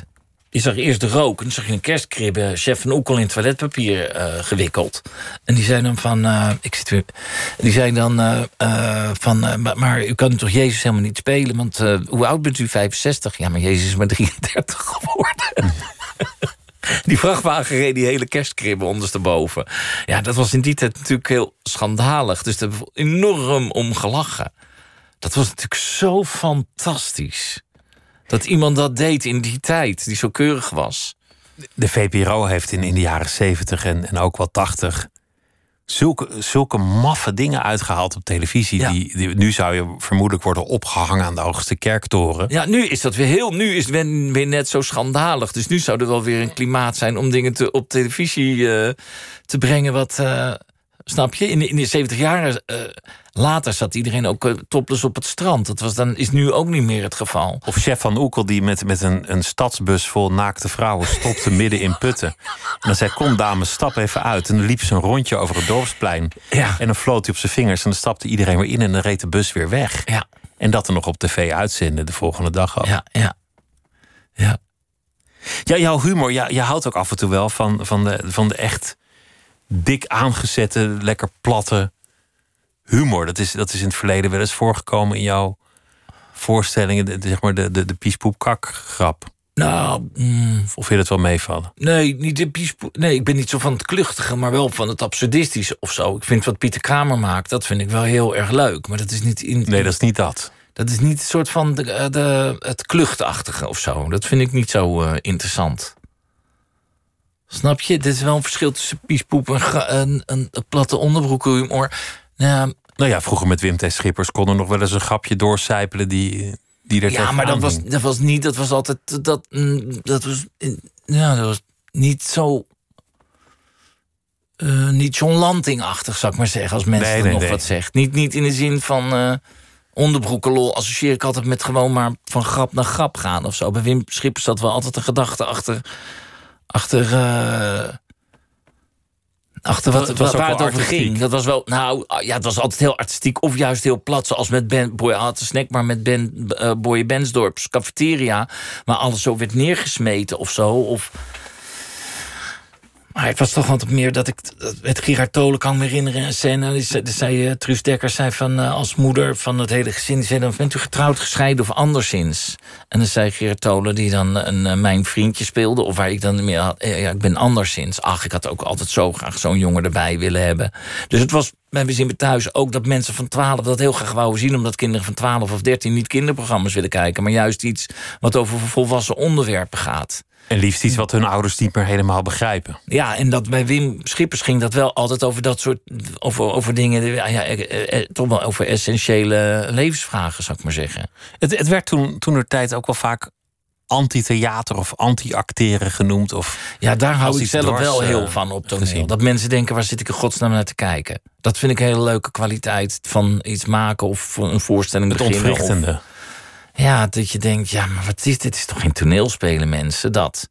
Je zag eerst de rook en dan zag je een kerstkribbe, chef van Oekel in toiletpapier uh, gewikkeld. En die zei dan van, uh, ik zit weer, die zei dan uh, uh, van, uh, maar, maar u kan toch Jezus helemaal niet spelen, want uh, hoe oud bent u? vijfenzestig? Ja, maar Jezus is maar drieëndertig geworden. Die vrachtwagen reed die hele kerstkribbe ondersteboven. Ja, dat was in die tijd natuurlijk heel schandalig. Dus daar hebben we enorm om gelachen. Dat was natuurlijk zo fantastisch. Dat iemand dat deed in die tijd, die zo keurig was. De V P R O heeft in, in de jaren zeventig en, en ook wel tachtig... Zulke, zulke maffe dingen uitgehaald op televisie. Ja. Die, die, nu zou je vermoedelijk worden opgehangen aan de hoogste kerktoren. Ja, nu is dat weer heel. Nu is het weer, weer net zo schandalig. Dus nu zou er wel weer een klimaat zijn om dingen te, op televisie uh, te brengen. Wat, uh, snap je? In de, in de zeventig jaren uh, later zat iedereen ook uh, topless op het strand. Dat was dan, is nu ook niet meer het geval. Of chef van Oekel die met, met een, een stadsbus vol naakte vrouwen stopte midden in Putten. En dan zei, kom dames, stap even uit. En dan liep ze een rondje over het dorpsplein. Ja. En dan floot hij op zijn vingers en dan stapte iedereen weer in en dan reed de bus weer weg. Ja. En dat er nog op tv uitzenden de volgende dag al. Ja, ja. Ja. Ja, jouw humor, ja, je houdt ook af en toe wel van, van, de, van de echt dik aangezette, lekker platte humor. Dat is, dat is in het verleden wel eens voorgekomen in jouw voorstellingen. De, de, zeg maar de, de, de piespoep-kak grap. Nou, mm, of wil het wel meevallen? Nee, niet de piespoep. Nee, ik ben niet zo van het kluchtige, maar wel van het absurdistische of zo. Ik vind wat Pieter Kramer maakt, dat vind ik wel heel erg leuk. Maar dat is niet in. Nee, dat is niet dat. Dat is niet een soort van de, de, het kluchtachtige of zo. Dat vind ik niet zo uh, interessant. Snap je? Dit is wel een verschil tussen piespoep en een, een, een platte onderbroekenhumor. Nou, nou ja, vroeger met Wim T. Schippers kon er nog wel eens een grapje doorcijpelen die, die er ja, maar dat was, dat was niet, dat was altijd, dat, dat was, ja, dat was niet zo, uh, niet John Lanting-achtig, zou ik maar zeggen, als mensen nee, nee, nog nee. wat zegt. Niet, niet in de zin van uh, onderbroekenlol associeer ik altijd met gewoon maar van grap naar grap gaan of zo. Bij Wim Schippers zat wel altijd een gedachte achter, achter, uh, achter wat, het was waar het over ging. Dat was wel, nou ja, het was altijd heel artistiek of juist heel plat, zoals met Ben Boy had de snack, maar met Ben uh, Boy Bensdorps cafeteria, waar alles zo werd neergesmeten of zo. Of maar het was toch altijd meer dat ik met Gerard Tolen kan me herinneren een scène. Die zei, die zei uh, Truus Dekker zei van uh, als moeder van het hele gezin, die zei dan, bent u getrouwd, gescheiden of anderszins? En dan zei Gerard Tolen, die dan een uh, mijn vriendje speelde, of waar ik dan meer had, ja, ik ben anderszins. Ach, ik had ook altijd zo graag zo'n jongen erbij willen hebben. Dus het was bij We Zien Thuis ook dat mensen van twaalf dat heel graag wouden zien, omdat kinderen van twaalf of dertien niet kinderprogramma's willen kijken, maar juist iets wat over volwassen onderwerpen gaat. En liefst iets wat hun ouders niet meer helemaal begrijpen. Ja, en dat bij Wim Schippers ging dat wel altijd over dat soort, over, over dingen, ja, ja, eh, toch wel over essentiële levensvragen, zou ik maar zeggen. Het, het werd toen, toen er tijd ook wel vaak anti-theater of anti-acteren genoemd. Of ja, daar hou ik zelf dwars, wel heel van op toneel. Gezien. Dat mensen denken, waar zit ik in godsnaam naar te kijken? Dat vind ik een hele leuke kwaliteit van iets maken of een voorstelling het beginnen. Het ontwrichtende. Of, ja, dat je denkt, ja, maar wat is dit? Dit is toch geen toneelspelen, mensen? Dat.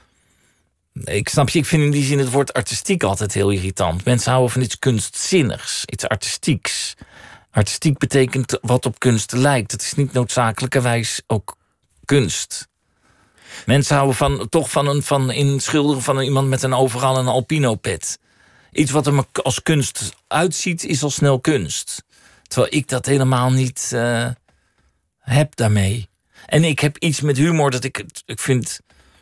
Ik snap je, ik vind in die zin het woord artistiek altijd heel irritant. Mensen houden van iets kunstzinnigs, iets artistieks. Artistiek betekent wat op kunst lijkt. Het is niet noodzakelijkerwijs ook kunst. Mensen houden van, toch van een van inschilderen van iemand met een overal een alpino-pet. Iets wat er als kunst uitziet, is al snel kunst. Terwijl ik dat helemaal niet uh, heb daarmee. En ik heb iets met humor dat ik, ik vind.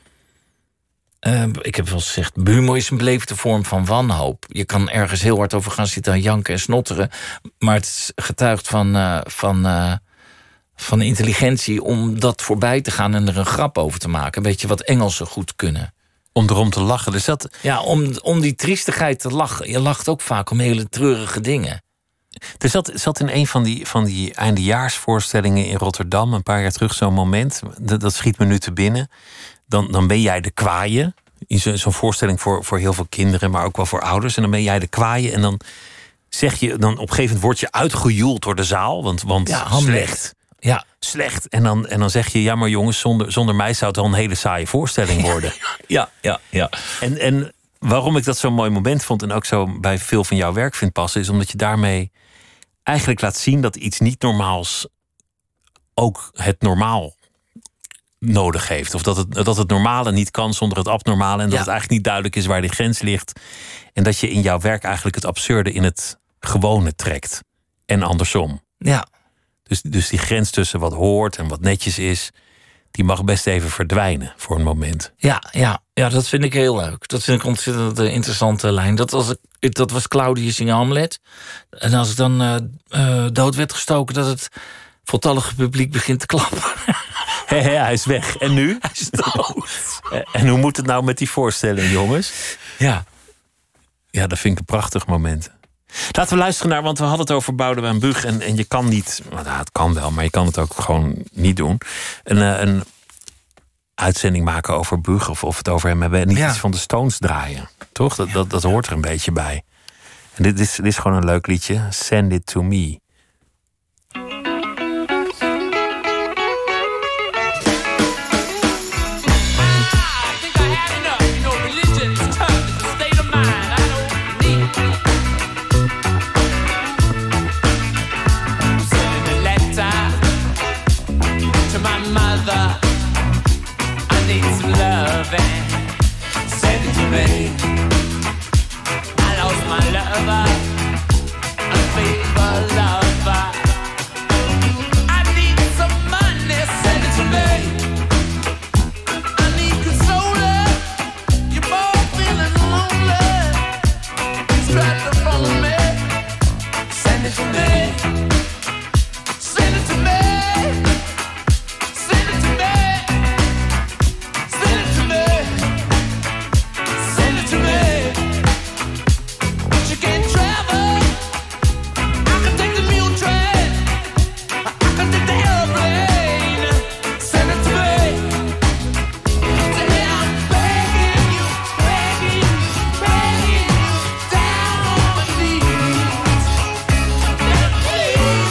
Uh, ik heb wel gezegd, humor is een beleefde vorm van wanhoop. Je kan ergens heel hard over gaan zitten janken en snotteren, maar het is getuigt van, uh, van, uh, van intelligentie om dat voorbij te gaan en er een grap over te maken. Weet je wat Engelsen goed kunnen? Om erom te lachen. Dus dat... Ja, om, om die triestigheid te lachen. Je lacht ook vaak om hele treurige dingen. Er zat, zat in een van die, van die eindejaarsvoorstellingen in Rotterdam een paar jaar terug zo'n moment. Dat, dat schiet me nu te binnen. Dan, dan ben jij de kwaaie. In zo, zo'n voorstelling voor, voor heel veel kinderen, maar ook wel voor ouders. En dan ben jij de kwaaie. En dan zeg je, dan op een gegeven moment word je uitgejoeld door de zaal. Want, want ja, slecht. Ja. Slecht. En dan, en dan zeg je, ja maar jongens, zonder, zonder mij zou het wel een hele saaie voorstelling worden. Ja, ja, ja. En, en waarom ik dat zo'n mooi moment vond en ook zo bij veel van jouw werk vind passen, is omdat je daarmee eigenlijk laat zien dat iets niet normaals ook het normaal nodig heeft. Of dat het, dat het normale niet kan zonder het abnormale. En dat Ja. het eigenlijk niet duidelijk is waar die grens ligt. En dat je in jouw werk eigenlijk het absurde in het gewone trekt. En andersom. Ja. Dus, dus die grens tussen wat hoort en wat netjes is, die mag best even verdwijnen voor een moment. Ja, ja, ja, dat vind ik heel leuk. Dat vind ik een ontzettend uh, interessante lijn. Dat was, dat was Claudius in Hamlet. En als ik dan uh, uh, dood werd gestoken, dat het voltallige publiek begint te klappen. He, he, hij is weg. En nu? Hij is dood. En hoe moet het nou met die voorstelling, jongens? Ja. Ja, dat vind ik een prachtig moment. Laten we luisteren naar, want we hadden het over Boudewijn Buug. En, en je kan niet, nou, het kan wel, maar je kan het ook gewoon niet doen. Een, een uitzending maken over Buug of, of het over hem hebben. En niet Ja. iets van de Stones draaien. Toch? Dat, dat, dat hoort er een beetje bij. En dit is, dit is gewoon een leuk liedje. Send It To Me. Send it to me. I lost my lover, unfaithful lover. I need some money. Send it to me. I need consoler. You're both feeling lonely. Try to follow me. Send it to me. Send it to me. Send it to me. Send it to me. Send it to me. But you can't travel. I can take the mule train. I can take the airplane. Send it to me. Today I'm begging you, begging you, begging you down on my knees. Please,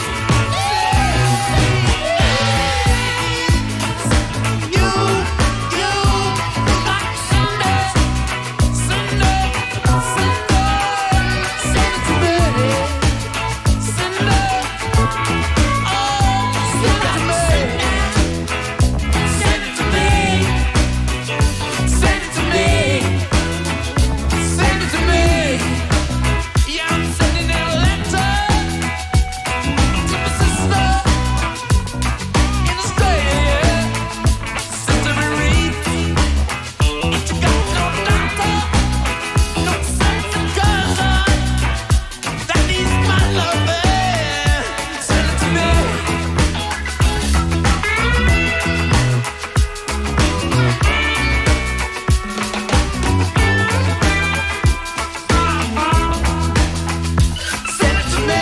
you, you, like Sunday, Sunday, Sunday. Send it to me. Send it. Oh, send it to me. Send it to me. Send it to me. Send it to me. Yeah, I'm sending a letter to my sister in Australia. Sister Marie, if you got no doctor, no sense of cousin that needs my loving, send it to me. Send it to me.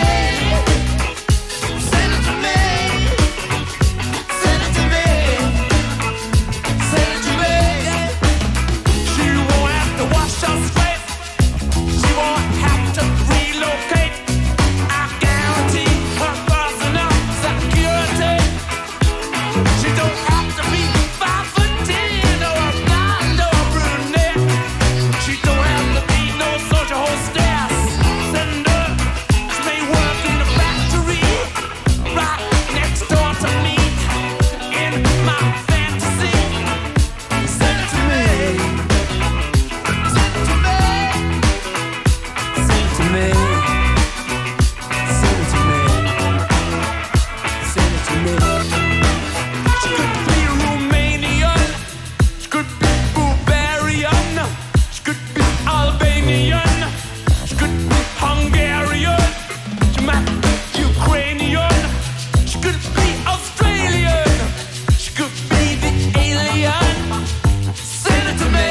Send it to me. Send it to me. Send it to me. She won't have to wash her straight. She won't have to relocate. I guarantee her personal security. She don't have to be five foot ten or a blonde or a brunette. She don't have to be no social hostess. Send her. She may work in the factory right next door to me in my fantasy. Send it to me. Send it to me. Send it to me. Send it to me. Send it to me. She could be Romanian. She could be Bulgarian. She could be Albanian. She could be Hungarian. She might be Ukrainian. She could be Australian. She could be the alien. Send it to me.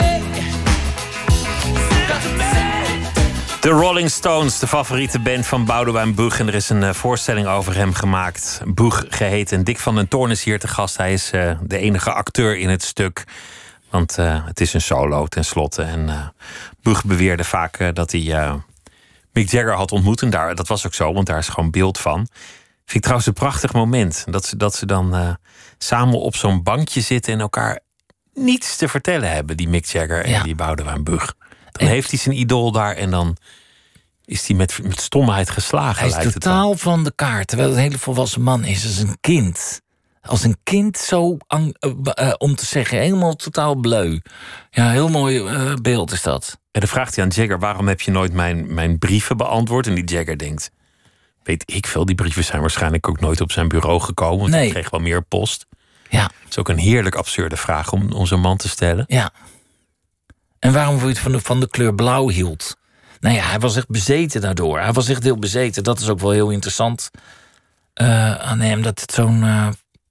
Send it to me. De Rolling Stones, de favoriete band van Boudewijn Buug. En er is een uh, voorstelling over hem gemaakt. Buug geheten. Dick van den Toorn is hier te gast. Hij is uh, de enige acteur in het stuk. Want uh, het is een solo tenslotte. En uh, Buug beweerde vaak uh, dat hij uh, Mick Jagger had ontmoet. En daar, dat was ook zo, want daar is gewoon beeld van. Vind ik trouwens een prachtig moment. Dat ze, dat ze dan uh, samen op zo'n bankje zitten en elkaar niets te vertellen hebben. Die Mick Jagger en Ja. die Boudewijn Buug. Dan heeft hij zijn idool daar en dan is hij met, met stomheid geslagen. Hij is lijkt het wel. totaal van de kaart, terwijl het een hele volwassen man is. Als een kind. als een kind zo, ang- uh, uh, om te zeggen, helemaal totaal bleu. Ja, heel mooi uh, beeld is dat. En dan vraagt hij aan Jagger, waarom heb je nooit mijn, mijn brieven beantwoord? En die Jagger denkt, weet ik veel, die brieven zijn waarschijnlijk ook nooit op zijn bureau gekomen. Want Nee. hij kreeg wel meer post. Ja. Het is ook een heerlijk absurde vraag om, om zo'n man te stellen. Ja. En waarom je het van de, van de kleur blauw hield? Nou ja, hij was echt bezeten daardoor. Hij was echt heel bezeten. Dat is ook wel heel interessant uh, aan hem. Dat het zo'n... Uh,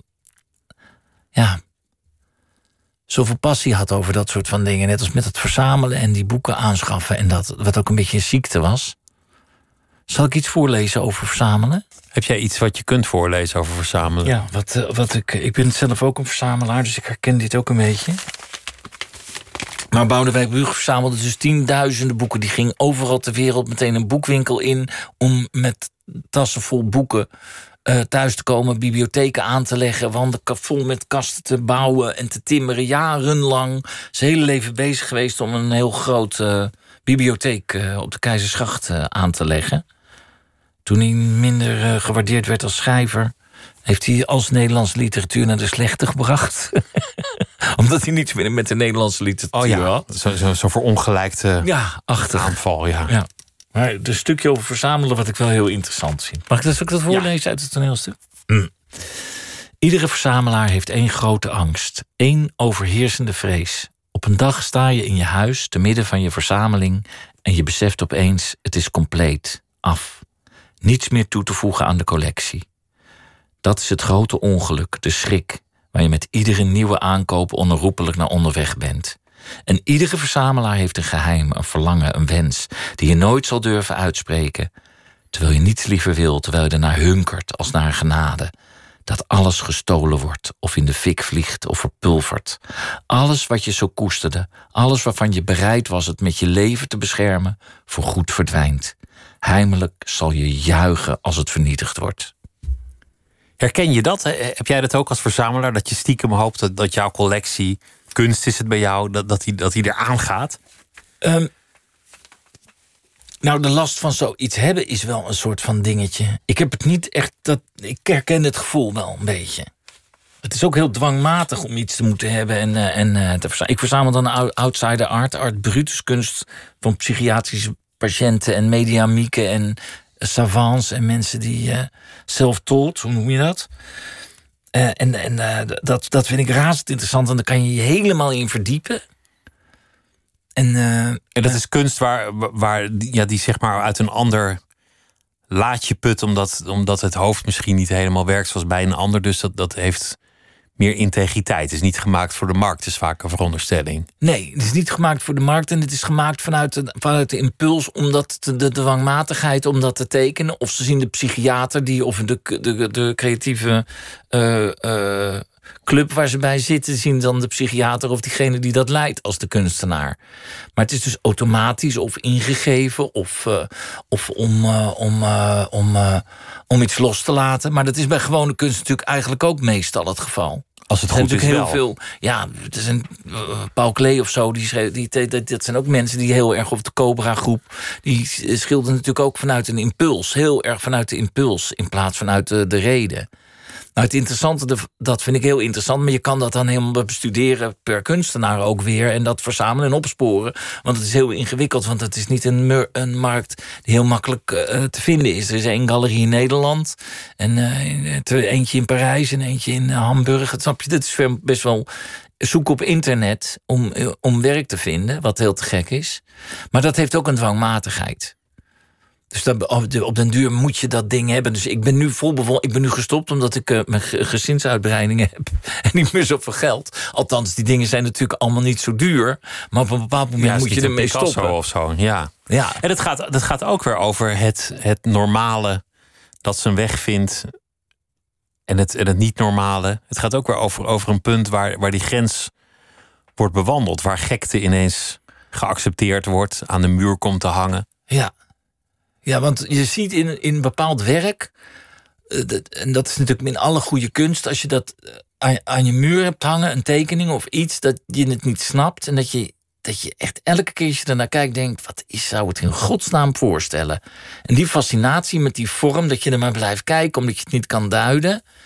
ja... zoveel passie had over dat soort van dingen. Net als met het verzamelen en die boeken aanschaffen. En dat, wat ook een beetje een ziekte was. Zal ik iets voorlezen over verzamelen? Heb jij iets wat je kunt voorlezen over verzamelen? Ja, wat, uh, wat ik, ik ben zelf ook een verzamelaar, dus ik herken dit ook een beetje. Maar Boudewijn Buug verzamelde dus tienduizenden boeken. Die ging overal ter wereld meteen een boekwinkel in om met tassen vol boeken uh, thuis te komen, bibliotheken aan te leggen, wanden vol met kasten te bouwen en te timmeren, jarenlang. Zijn hele leven bezig geweest om een heel grote uh, bibliotheek uh, op de Keizersgracht uh, aan te leggen. Toen hij minder uh, gewaardeerd werd als schrijver, heeft hij als Nederlandse literatuur naar de slechte gebracht. Omdat hij niets meer met de Nederlandse literatuur oh ja, had. Zo, zo, zo verongelijkte ja, achtig. aanval, ja. ja. Maar een stukje over verzamelen wat ik wel heel interessant vind. Mag ik dat ook dat voorlezen ja. uit het toneelstuk? Mm. Iedere verzamelaar heeft één grote angst. Één overheersende vrees. Op een dag sta je in je huis, te midden van je verzameling, en je beseft opeens, het is compleet, af. Niets meer toe te voegen aan de collectie. Dat is het grote ongeluk, de schrik, waar je met iedere nieuwe aankoop onherroepelijk naar onderweg bent. En iedere verzamelaar heeft een geheim, een verlangen, een wens, die je nooit zal durven uitspreken, terwijl je niets liever wil, terwijl je ernaar hunkert als naar een genade. Dat alles gestolen wordt, of in de fik vliegt, of verpulvert. Alles wat je zo koesterde, alles waarvan je bereid was het met je leven te beschermen, voorgoed verdwijnt. Heimelijk zal je juichen als het vernietigd wordt. Herken je dat? Heb jij dat ook als verzamelaar? Dat je stiekem hoopt dat, dat jouw collectie, kunst is het bij jou, dat, dat, die, dat die eraan gaat? Um, nou, de last van zoiets hebben is wel een soort van dingetje. Ik heb het niet echt, dat, ik herken het gevoel wel een beetje. Het is ook heel dwangmatig om iets te moeten hebben en, uh, en uh, te verzamelen. Ik verzamel dan outsider art, art brutus, kunst van psychiatrische patiënten en mediamieken en savants en mensen die uh, self-taught, hoe noem je dat? Uh, en en uh, dat, dat vind ik razend interessant en daar kan je je helemaal in verdiepen. En, uh, en dat uh, is kunst waar, waar ja, die zeg maar uit een ander laadje put, omdat, omdat het hoofd misschien niet helemaal werkt zoals bij een ander. Dus dat, dat heeft meer integriteit. Het is niet gemaakt voor de markt, het is vaak een veronderstelling. Nee, het is niet gemaakt voor de markt en het is gemaakt vanuit de, vanuit de impuls, omdat de, de dwangmatigheid om dat te tekenen. Of ze zien de psychiater die, of de, de, de creatieve uh, uh, club waar ze bij zitten, zien dan de psychiater of diegene die dat leidt als de kunstenaar. Maar het is dus automatisch of ingegeven of, uh, of om, uh, om, uh, om, uh, om iets los te laten. Maar dat is bij gewone kunst natuurlijk eigenlijk ook meestal het geval. Als het goed is heel wel. Veel, ja, het is een uh, Paul Klee of zo. Die schreef, die, die, dat zijn ook mensen die heel erg, of de Cobra-groep, die schilderen natuurlijk ook vanuit een impuls. Heel erg vanuit de impuls, in plaats vanuit de, de reden. Nou, het interessante, dat vind ik heel interessant, maar je kan dat dan helemaal bestuderen per kunstenaar ook weer en dat verzamelen en opsporen. Want het is heel ingewikkeld, want het is niet een, een markt die heel makkelijk uh, te vinden is. Er is één galerie in Nederland en uh, eentje in Parijs en eentje in Hamburg. Dat snap je, dat is best wel zoeken op internet om, uh, om werk te vinden, wat heel te gek is. Maar dat heeft ook een dwangmatigheid. Dus dat, op den duur moet je dat ding hebben. Dus ik ben nu vol bevol, ik ben nu gestopt omdat ik uh, mijn gezinsuitbreidingen heb en niet meer zoveel geld. Althans, die dingen zijn natuurlijk allemaal niet zo duur. Maar op een bepaald moment ja, moet je ermee stoppen. Of zo, ja. Ja. En dat gaat, dat gaat ook weer over het, het normale dat zijn weg vindt en het, en het niet normale. Het gaat ook weer over, over een punt waar, waar die grens wordt bewandeld. Waar gekte ineens geaccepteerd wordt, aan de muur komt te hangen. Ja. Ja, want je ziet in, in bepaald werk, uh, dat, en dat is natuurlijk in alle goede kunst, als je dat aan, aan je muur hebt hangen, een tekening of iets, dat je het niet snapt en dat je, dat je echt elke keer als je ernaar kijkt denkt, wat is, zou het in godsnaam voorstellen? En die fascinatie met die vorm, dat je er maar blijft kijken omdat je het niet kan duiden,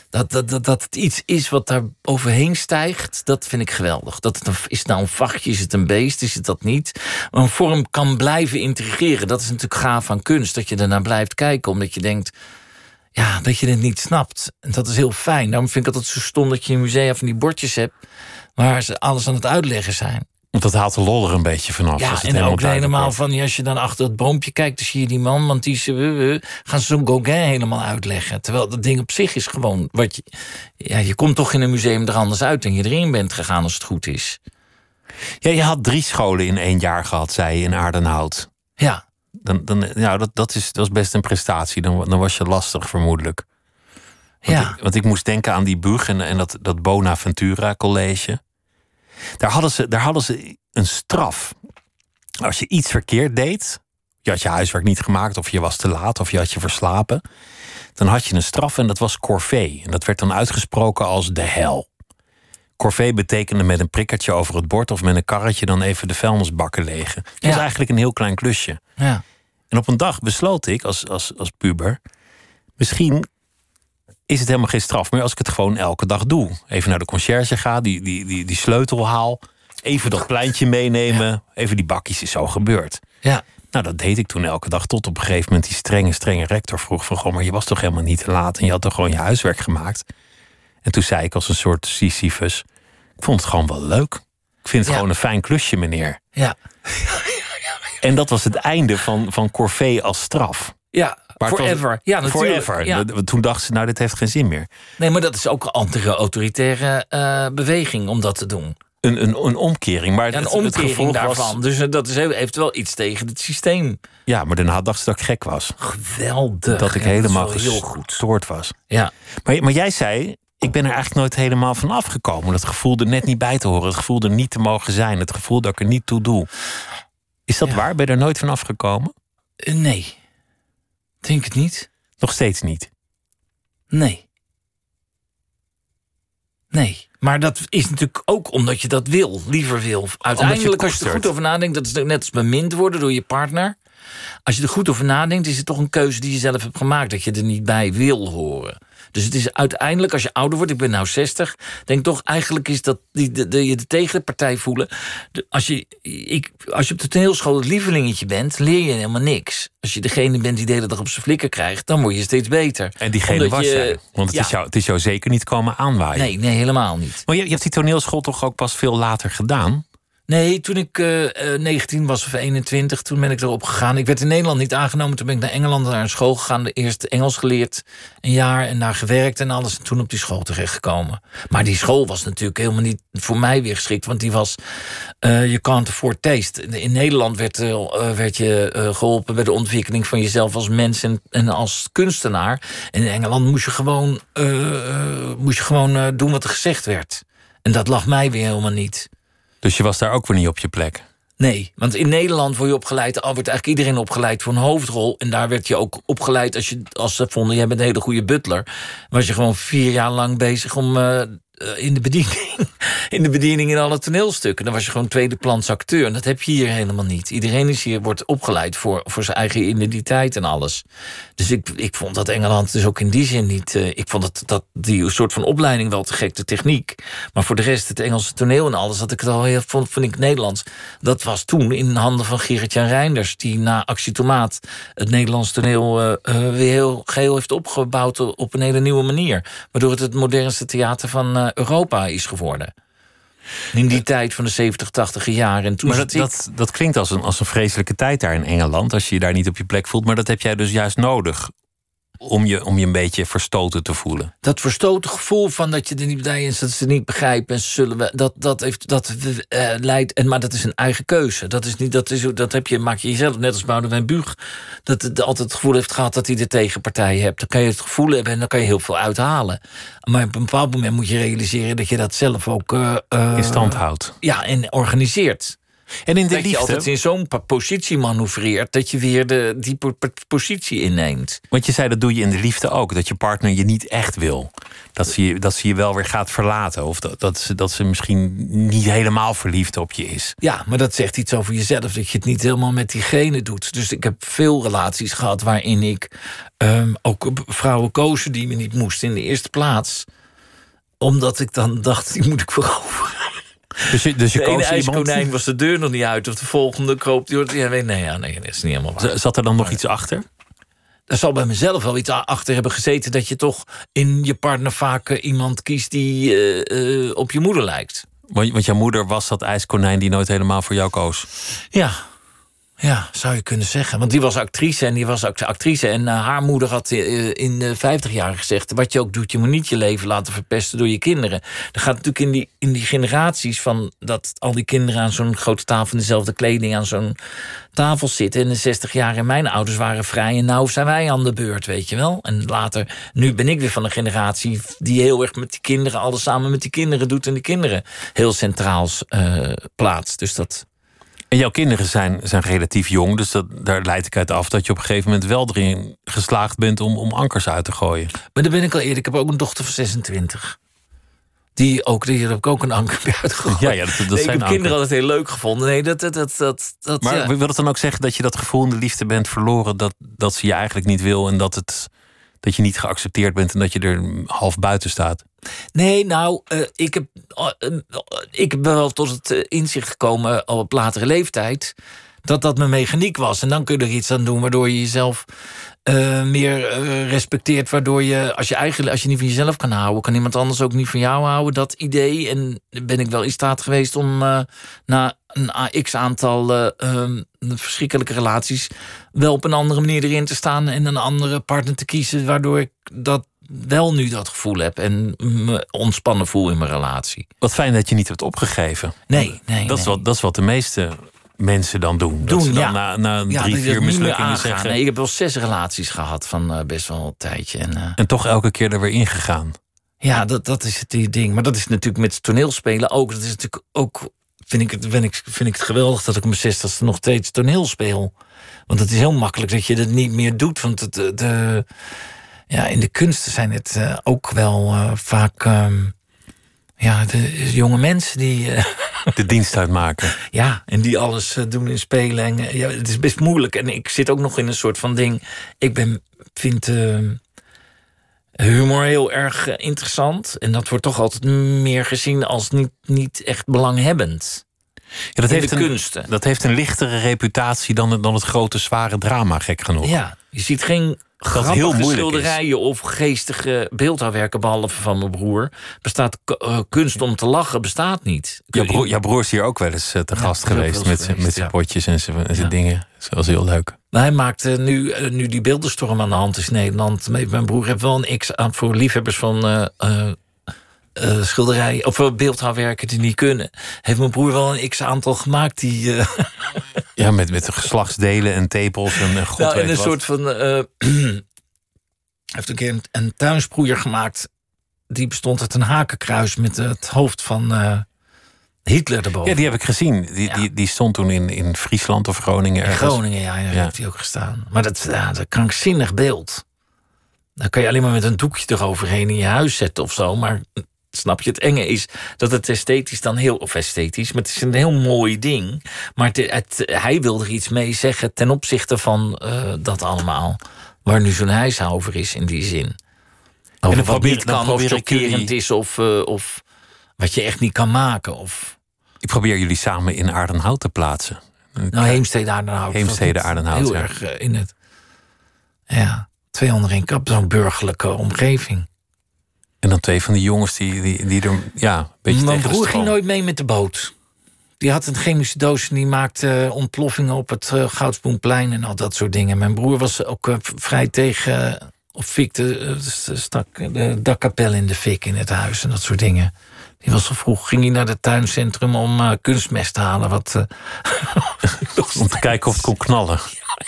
Dat, dat, dat, dat het iets is wat daar overheen stijgt, dat vind ik geweldig. Dat het een, is het nou een vachtje, is het een beest, is het dat niet? Maar een vorm kan blijven intrigeren. Dat is natuurlijk gaaf aan kunst, dat je ernaar blijft kijken. Omdat je denkt, ja, dat je het niet snapt. En dat is heel fijn. Daarom vind ik altijd zo stom dat je in musea van die bordjes hebt waar ze alles aan het uitleggen zijn. Want dat haalt de lol er een beetje vanaf. Ja, als het en helemaal ook helemaal wordt. van, als je dan achter het boompje kijkt, dan zie je die man, want die is, uh, uh, gaan ze zo'n Gauguin helemaal uitleggen. Terwijl dat ding op zich is gewoon wat je. Ja, je komt toch in een museum er anders uit dan je erin bent gegaan als het goed is. Ja, je had drie scholen in één jaar gehad, zei je, in Aardenhout. Ja. Dan, dan, ja, dat, dat, is, dat is best een prestatie. Dan, dan was je lastig, vermoedelijk. Want, Ja. ik, want ik moest denken aan die Bug en, en dat, dat Bonaventura College. Daar hadden, ze, daar hadden ze een straf. Als je iets verkeerd deed, je had je huiswerk niet gemaakt, of je was te laat, of je had je verslapen, dan had je een straf en dat was corvée. En dat werd dan uitgesproken als de hel. Corvée betekende met een prikkertje over het bord of met een karretje dan even de vuilnisbakken legen. Dat was Ja. eigenlijk een heel klein klusje. Ja. En op een dag besloot ik als, als, als puber, misschien is het helemaal geen straf meer als ik het gewoon elke dag doe. Even naar de conciërge ga, die, die, die, die sleutel haal, even dat pleintje meenemen, even die bakjes, is zo gebeurd. Ja. Nou, dat deed ik toen elke dag, tot op een gegeven moment die strenge, strenge rector vroeg van, goh, maar je was toch helemaal niet te laat en je had toch gewoon je huiswerk gemaakt. En toen zei ik als een soort Sisyphus, ik vond het gewoon wel leuk. Ik vind het Ja. gewoon een fijn klusje, meneer. Ja. En dat was het einde van, van corvée als straf. Ja. Maar het was- Forever. Ja, natuurlijk. Forever. Ja. Dat- Toen dachten ze, nou, dit heeft geen zin meer. Nee, maar dat is ook een anti-autoritaire eh, beweging om dat te doen. Een, een, een omkering. Maar Ja, een het, het omkering gevolg daarvan. was... Dus eh, dat is, heeft wel iets tegen het systeem. Ja, maar daarna dachten ze dat ik gek was. Geweldig. Dat ik Ja, helemaal is wel heel goed. gestoord was. Ja. Maar, maar jij zei, ik ben er eigenlijk nooit helemaal van afgekomen. Dat gevoel er net niet bij te horen. Het gevoel er niet te mogen zijn. Het gevoel dat ik er niet toe doe. Is dat Ja. waar? Ben je er nooit van afgekomen? Eh, nee. Denk het niet. Nog steeds niet. Nee. Nee. Maar dat is natuurlijk ook omdat je dat wil, liever wil. Uiteindelijk, als je er koestert. goed over nadenkt, dat is net als bemind worden door je partner. Als je er goed over nadenkt, is het toch een keuze die je zelf hebt gemaakt, dat je er niet bij wil horen. Dus het is uiteindelijk, als je ouder wordt, ik ben nou zestig, denk toch eigenlijk is dat die, de, de, je de tegenpartij voelen. De, als, je, ik, als je op de toneelschool het lievelingetje bent, leer je helemaal niks. Als je degene bent die de hele dag op zijn flikker krijgt, dan word je steeds beter. En diegene Omdat was je- jij. Want het, ja. is jou, het is jou zeker niet komen aanwaaien. Nee, nee, helemaal niet. Maar je, je hebt die toneelschool toch ook pas veel later gedaan? Nee, toen ik eh, eh, negentien was of eenentwintig, toen ben ik erop gegaan. Ik werd in Nederland niet aangenomen. Toen ben ik naar Engeland naar een school gegaan. Eerst Engels geleerd, een jaar en daar gewerkt en alles. En toen op die school terechtgekomen. Maar die school was natuurlijk helemaal niet voor mij weer geschikt. Want die was, uh, je can't afford taste. In Nederland werd, uh, werd je uh, geholpen bij de ontwikkeling van jezelf als mens en, en als kunstenaar. En in Engeland moest je gewoon, uh, uh, moest je gewoon uh, doen wat er gezegd werd. En dat lag mij weer helemaal niet. Dus je was daar ook weer niet op je plek? Nee, want in Nederland word je opgeleid, al wordt eigenlijk iedereen opgeleid voor een hoofdrol. En daar werd je ook opgeleid als je als ze vonden, jij bent een hele goede butler. Was je gewoon vier jaar lang bezig om uh, in de bediening, in de bediening in alle toneelstukken. Dan was je gewoon tweede plans acteur. En dat heb je hier helemaal niet. Iedereen is hier, wordt opgeleid voor, voor zijn eigen identiteit en alles. Dus ik, ik vond dat Engeland dus ook in die zin niet. Uh, ik vond dat, dat die soort van opleiding wel te gek, de techniek. Maar voor de rest, het Engelse toneel en alles, dat ik het al heel vond, vond ik Nederlands. Dat was toen in handen van Gerrit-Jan Reinders, die na Actie Tomaat het Nederlands toneel uh, uh, weer heel geheel heeft opgebouwd op een hele nieuwe manier. Waardoor het het modernste theater van uh, Europa is geworden. In die tijd van de zeventig, tachtiger jaren. En toen Maar zat dat, ik- dat, dat klinkt als een, als een vreselijke tijd daar in Engeland, als je je daar niet op je plek voelt. Maar dat heb jij dus juist nodig om je, om je een beetje verstoten te voelen. Dat verstoten gevoel van dat je er niet bij is, dat ze het niet begrijpen en zullen we, dat, dat heeft dat uh, leidt. En maar dat is een eigen keuze. Dat is niet, dat is, dat heb je, maak je jezelf, net als Boudewijn Buug, dat het altijd het gevoel heeft gehad dat hij de tegenpartij hebt. Dan kan je het gevoel hebben en dan kan je heel veel uithalen. Maar op een bepaald moment moet je realiseren dat je dat zelf ook uh, uh, In stand houdt. Ja, en organiseert. En in de Dat je liefde, altijd in zo'n pa- positie manoeuvreert dat je weer de, die po- po- positie inneemt. want je zei dat doe je in de liefde ook, dat je partner je niet echt wil. dat ze je, dat ze je wel weer gaat verlaten. Of dat, dat, ze, dat ze misschien niet helemaal verliefd op je is. Ja, maar dat zegt iets over jezelf, dat je het niet helemaal met diegene doet. Dus ik heb veel relaties gehad waarin ik um, ook vrouwen kozen die me niet moesten in de eerste plaats. Omdat ik dan dacht, die moet ik veroveren. Dus je, dus je de ene koos iemand... ijskonijn was de deur nog niet uit, of de volgende kroop die... Ja, nee, nee, ja, nee, dat is niet helemaal waar. Zat er dan nog iets achter? Er zal bij mezelf wel iets achter hebben gezeten, dat je toch in je partner vaak uh, iemand kiest die uh, uh, op je moeder lijkt. Want, want jouw moeder was dat ijskonijn die nooit helemaal voor jou koos. Ja, ja, zou je kunnen zeggen. Want die was actrice en die was ook actrice. En uh, haar moeder had uh, in de vijftig jaar gezegd, wat je ook doet, je moet niet je leven laten verpesten door je kinderen. Er gaat natuurlijk in die, in die generaties van dat al die kinderen aan zo'n grote tafel in dezelfde kleding aan zo'n tafel zitten. In de zestig jaar en mijn ouders waren vrij en nou zijn wij aan de beurt, weet je wel. En later, nu ben ik weer van een generatie die heel erg met die kinderen, alles samen met die kinderen doet en die kinderen heel centraal uh, plaatst. Dus dat... En jouw kinderen zijn, zijn relatief jong, dus dat, daar leid ik uit af dat je op een gegeven moment wel erin geslaagd bent om, om ankers uit te gooien. Maar dan ben ik al eerder. Ik heb ook een dochter van zesentwintig. Die ook, die heb ik ook een anker bij uitgegooid. Ja, ja, dat, dat nee, zijn ik heb kinderen altijd heel leuk gevonden. Nee, dat, dat, dat, dat, dat, maar ja. wil het dan ook zeggen dat je dat gevoel in de liefde bent verloren, dat, dat ze je eigenlijk niet wil en dat, het, dat je niet geaccepteerd bent en dat je er half buiten staat? Nee, nou, uh, ik, heb, uh, uh, ik ben wel tot het uh, inzicht gekomen uh, op latere leeftijd dat dat mijn mechaniek was. En dan kun je er iets aan doen waardoor je jezelf uh, meer uh, respecteert. Waardoor je, als je eigenlijk, als je niet van jezelf kan houden, kan iemand anders ook niet van jou houden. Dat idee. En ben ik wel in staat geweest om uh, na een x aantal uh, um, verschrikkelijke relaties wel op een andere manier erin te staan en een andere partner te kiezen, waardoor ik dat wel nu dat gevoel heb en me ontspannen voel in mijn relatie. Wat fijn dat je niet hebt opgegeven. Nee, nee, dat, is nee. wat, dat is wat de meeste mensen dan doen. Dat doen, ze dan ja. na, na ja, drie, vier mislukkingen zeggen. zeggen. Nee, ik heb wel zes relaties gehad van uh, best wel een tijdje. En, uh, en toch elke keer er weer ingegaan. Ja, dat, dat is het die ding. Maar dat is natuurlijk met toneelspelen ook. Dat is natuurlijk ook, vind ik het, vind ik, vind ik het geweldig dat ik op mijn zestigste nog steeds toneel speel. Want het is heel makkelijk dat je dat niet meer doet. Want het, de, de ja, in de kunsten zijn het uh, ook wel uh, vaak um, ja, de jonge mensen die uh, de dienst uitmaken. Ja, en die alles uh, doen in spelen. En, uh, ja, het is best moeilijk. En ik zit ook nog in een soort van ding. Ik ben, vind uh, humor heel erg uh, interessant. En dat wordt toch altijd meer gezien als niet, niet echt belanghebbend. Ja, dat, in heeft de een, kunsten. dat heeft een lichtere reputatie dan, dan het grote, zware drama, gek genoeg. Ja, je ziet geen grappige heel moeilijk schilderijen of geestige beeldhouwwerken, behalve van mijn broer. Bestaat uh, kunst om te lachen, bestaat niet. Jouw broer, jouw broer is hier ook wel eens uh, te Ja, gast is ook geweest wel eens met, geweest, met zijn ja. potjes en zijn, en zijn Ja. dingen. Dat was heel leuk. Maar hij maakt uh, nu, uh, nu die beeldenstorm aan de hand is in Nederland. Mijn broer heeft wel een x aan voor liefhebbers van uh, uh, uh, schilderijen of uh, beeldhouwwerken die niet kunnen. Heeft mijn broer wel een x aantal gemaakt die. Uh, Ja, met, met geslachtsdelen en tepels en, en god nou, weet en een wat. soort van. Uh, hij heeft een keer een, een tuinsproeier gemaakt. Die bestond uit een hakenkruis met het hoofd van uh, Hitler erboven. Ja, die heb ik gezien. Die, Ja. die, die stond toen in, in Friesland of Groningen In ergens. Groningen, ja, ja, Ja. heeft hij ook gestaan. Maar dat, ja, dat is een krankzinnig beeld. Dan kan je alleen maar met een doekje eroverheen in je huis zetten of zo. Maar snap je, het enge is dat het esthetisch dan heel... Of esthetisch, maar het is een heel mooi ding. Maar het, het, hij wil er iets mee zeggen ten opzichte van uh, dat allemaal. Waar nu zo'n huis over is in die zin. Over dan wat probeer- niet dan kan of probeer ik jullie- chockerend is of, uh, of wat je echt niet kan maken. Of, Ik probeer jullie samen in Aardenhout te plaatsen. nou, Heemstede Aardenhout. Heemstede was niet Aardenhout, Heel ja. erg uh, in het... Ja, twee onder één kap, zo'n burgerlijke omgeving. En dan twee van die jongens die, die, die er ja, een beetje Mijn tegen de broer stroom. ging nooit mee met de boot. Die had een chemische doos en die maakte uh, ontploffingen op het uh, Goudsbloemplein en al dat soort dingen. Mijn broer was ook uh, vrij tegen... Uh, of fikte, uh, stak de dakkapel in de fik in het huis en dat soort dingen. Die was zo vroeg, ging hij naar het tuincentrum om uh, kunstmest te halen. Wat, uh, Om te kijken of het kon knallen.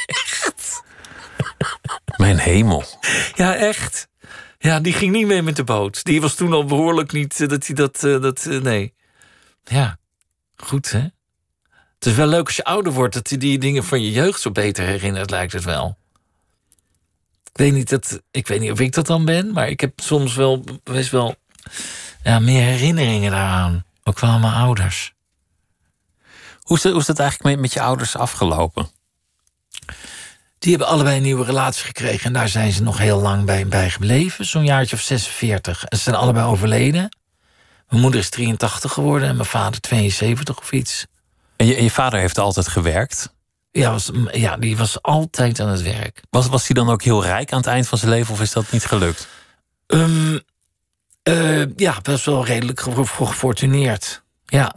Mijn hemel. Ja, echt. Ja, die ging niet mee met de boot. Die was toen al behoorlijk niet uh, dat hij dat... Uh, dat uh, nee. Ja, goed hè. Het is wel leuk als je ouder wordt... dat je die dingen van je jeugd zo beter herinnert, lijkt het wel. Ik weet niet, dat, ik weet niet of ik dat dan ben, maar ik heb soms wel best wel ja, meer herinneringen daaraan. Ook wel aan mijn ouders. Hoe is, dat, hoe is dat eigenlijk met, met je ouders afgelopen? Die hebben allebei een nieuwe relatie gekregen en daar zijn ze nog heel lang bij, bij gebleven. Zo'n jaartje of zesenveertig. En ze zijn allebei overleden. Mijn moeder is drieëntachtig geworden en mijn vader tweeënzeventig of iets. En je, en je vader heeft altijd gewerkt? Ja, was, ja, die was altijd aan het werk. Was, was hij dan ook heel rijk aan het eind van zijn leven of is dat niet gelukt? Um, uh, ja, best wel redelijk ge- gefortuneerd. Ja.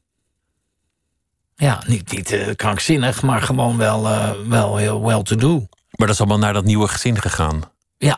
Ja, niet, niet uh, krankzinnig, maar gewoon wel, uh, wel heel well to do. Maar dat is allemaal naar dat nieuwe gezin gegaan? Ja.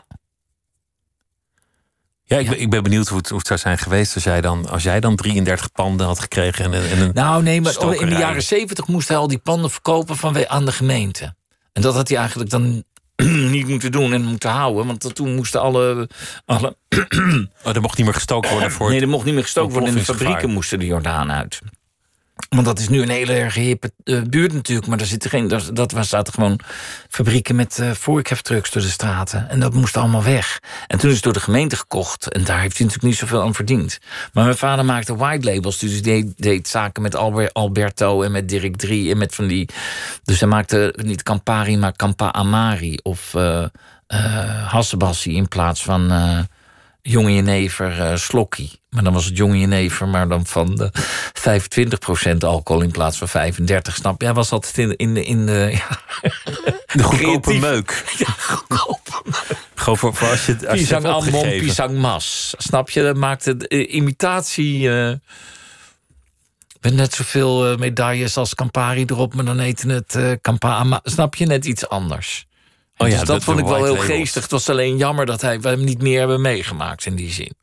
Ja, ik, Ja. Ben, ik ben benieuwd hoe het, hoe het zou zijn geweest als jij dan, als jij dan drieëndertig panden had gekregen. En, en een Nou nee, maar in de stokerij. jaren zeventig moest hij al die panden verkopen van, aan de gemeente. En dat had hij eigenlijk dan niet moeten doen en moeten houden. Want toen moesten alle... alle Oh, er mocht niet meer gestookt worden voor... nee, er mocht niet meer gestookt worden. En de ontploffingsgevaar. fabrieken moesten de Jordaan uit. Want dat is nu een hele erg hippe uh, buurt natuurlijk. Maar er zitten geen, dat, dat was, zaten gewoon fabrieken met uh, vorkheftrucks door de straten. En dat moest allemaal weg. En toen is het door de gemeente gekocht. En daar heeft hij natuurlijk niet zoveel aan verdiend. Maar mijn vader maakte white labels. Dus hij deed, deed zaken met Albert, Alberto en met Dirk drie. En met van die... Dus hij maakte niet Campari, maar Campa Amari. Of uh, uh, Hassebassi in plaats van... Uh, Jonge Jenever uh, Slokkie. Maar dan was het Jonge Jenever, maar dan van de vijfentwintig procent alcohol in plaats van vijfendertig. Snap je? Hij was altijd in de... In de, in de ja. De goedkope Creatief. meuk. Ja, goedkoop. Gewoon voor, voor als je, als je het Pisang hebt Ambon, opgegeven. Pisang Mas. Snap je? Dat maakte de uh, imitatie... Uh, met net zoveel uh, medailles als Campari erop, maar dan eten het uh, Campa Ama. Snap je? Net iets anders. Oh ja, dus dat de- vond de ik wel heel white labels. geestig. Het was alleen jammer dat hij, we hem niet meer hebben meegemaakt in die zin.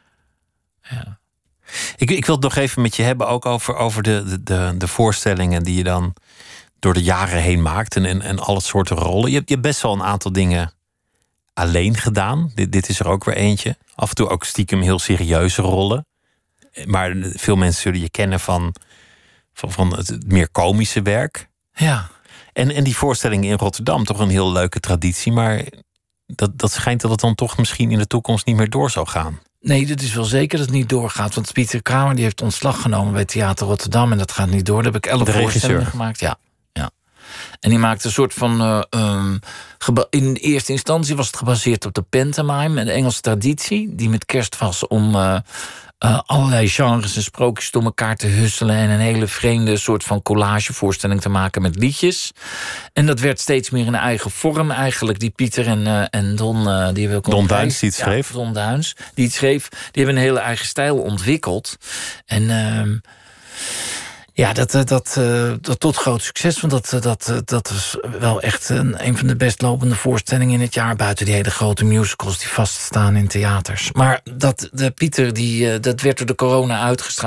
Ja. Ik, ik wil het nog even met je hebben ook over, over de, de, de, de voorstellingen die je dan door de jaren heen maakt. En, en, en alle soorten rollen. Je hebt, je hebt best wel een aantal dingen alleen gedaan. Dit, dit is er ook weer eentje. Af en toe ook stiekem heel serieuze rollen. Maar veel mensen zullen je kennen van, van, van het meer komische werk. Ja. En, en die voorstelling in Rotterdam, toch een heel leuke traditie. Maar dat, dat schijnt dat het dan toch misschien in de toekomst niet meer door zou gaan. Nee, dit is wel zeker dat het niet doorgaat. Want Pieter Kramer die heeft ontslag genomen bij Theater Rotterdam. En dat gaat niet door. Daar heb ik elf De regisseur. voorstellingen gemaakt. Ja. ja. En die maakte een soort van... Uh, um, geba- in eerste instantie was het gebaseerd op de pantomime. De Engelse traditie. Die met kerst was om... Uh, Uh, allerlei genres en sprookjes door elkaar te husselen... en een hele vreemde soort van collagevoorstelling te maken met liedjes. En dat werd steeds meer een eigen vorm eigenlijk... die Pieter en, uh, en Don... Uh, die hebben ook Don nog Duins die het ja, schreef. Don Duins die het schreef. Die hebben een hele eigen stijl ontwikkeld. En... Uh, Ja, dat, dat, uh, dat tot groot succes. Want dat, dat, uh, dat is wel echt een, een van de best lopende voorstellingen in het jaar. Buiten die hele grote musicals die vaststaan in theaters. Maar dat, de Pieter, die, uh, dat werd door de corona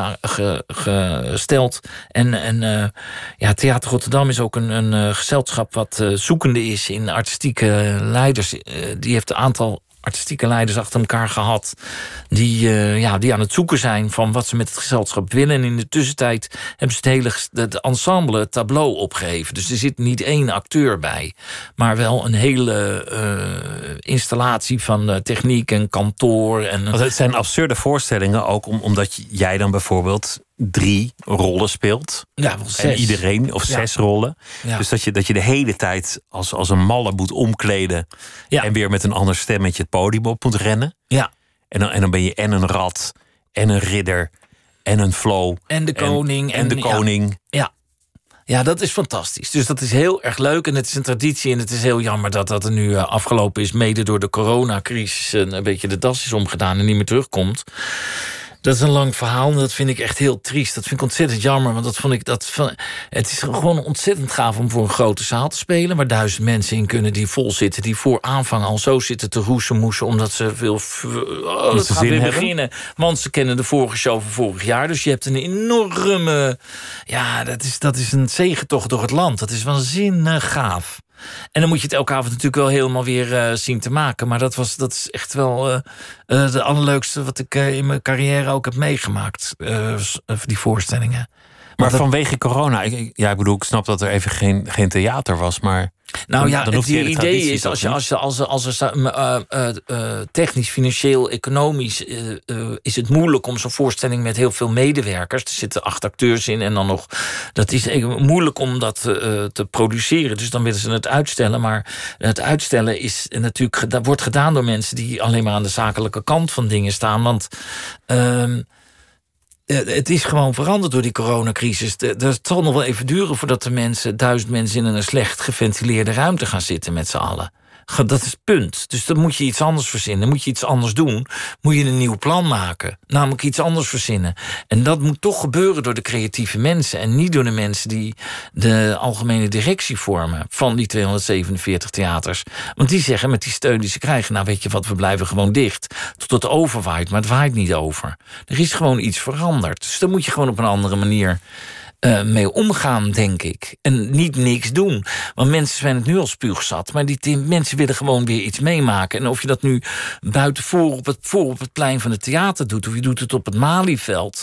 uitgesteld. En, en uh, ja, Theater Rotterdam is ook een, een uh, gezelschap wat uh, zoekende is in artistieke leiders. Uh, die heeft een aantal artistieke leiders achter elkaar gehad... die, uh, ja, die aan het zoeken zijn van wat ze met het gezelschap willen. En in de tussentijd hebben ze het hele het ensemble, het tableau opgeheven. Dus er zit niet één acteur bij... maar wel een hele uh, installatie van uh, techniek en kantoor. En, Want het zijn absurde voorstellingen ook om, omdat jij dan bijvoorbeeld drie rollen speelt. Ja, wel zes. En iedereen, of Ja. zes rollen. Ja. Dus dat je, dat je de hele tijd als, als een malle moet omkleden... Ja. en weer met een ander stemmetje het podium op moet rennen. Ja. En dan, en dan ben je en een rat, en een ridder, en een flow. En de koning. En, en de ja. koning. Ja. Ja, dat is fantastisch. Dus dat is heel erg leuk en het is een traditie. En het is heel jammer dat dat er nu uh, afgelopen is... mede door de coronacrisis een, een beetje de das is omgedaan... en niet meer terugkomt. Dat is een lang verhaal en dat vind ik echt heel triest. Dat vind ik ontzettend jammer, want dat vond ik... Dat, het is gewoon ontzettend gaaf om voor een grote zaal te spelen... waar duizend mensen in kunnen die vol zitten... die voor aanvang al zo zitten te roezemoesen... omdat ze veel... Oh, dat ze gaat zin weer hebben. beginnen. Want ze kennen de vorige show van vorig jaar. Dus je hebt een enorme... Ja, dat is, dat is een zegentocht door het land. Dat is waanzinnig gaaf. En dan moet je het elke avond natuurlijk wel helemaal weer uh, zien te maken. Maar dat, was, dat is echt wel uh, uh, de allerleukste wat ik uh, in mijn carrière ook heb meegemaakt. Uh, die voorstellingen. Maar dat, vanwege corona, ik, ik- ja, ik bedoel, ik snap dat er even geen, geen theater was, maar Nou Dan- ja, dan hoeft het die hele idee traditie is toch als je, niet? als je, als, er- als er sta- uh, uh, uh, technisch, financieel, economisch uh, uh, is het moeilijk om zo'n voorstelling met heel veel medewerkers. Er zitten acht acteurs in en dan nog. Dat is eh, moeilijk om dat uh, te produceren. Dus dan willen ze het uitstellen. Maar het uitstellen is natuurlijk geda- wordt gedaan door mensen die alleen maar aan de zakelijke kant van dingen staan. Want. Uh, Het is gewoon veranderd door die coronacrisis. Het zal nog wel even duren voordat de mensen, duizend mensen in een slecht geventileerde ruimte gaan zitten met z'n allen. Dat is het punt. Dus dan moet je iets anders verzinnen. Moet je iets anders doen. Moet je een nieuw plan maken. Namelijk iets anders verzinnen. En dat moet toch gebeuren door de creatieve mensen. En niet door de mensen die de algemene directie vormen van die tweehonderdzevenenveertig theaters. Want die zeggen met die steun die ze krijgen, nou weet je wat, we blijven gewoon dicht. Tot het overwaait, maar het waait niet over. Er is gewoon iets veranderd. Dus dan moet je gewoon op een andere manier Uh, mee omgaan, denk ik. En niet niks doen. Want mensen zijn het nu al spuugzat. Maar die, die mensen willen gewoon weer iets meemaken. En of je dat nu buiten voor op, het, voor op het plein van het theater doet, of je doet het op het Malieveld,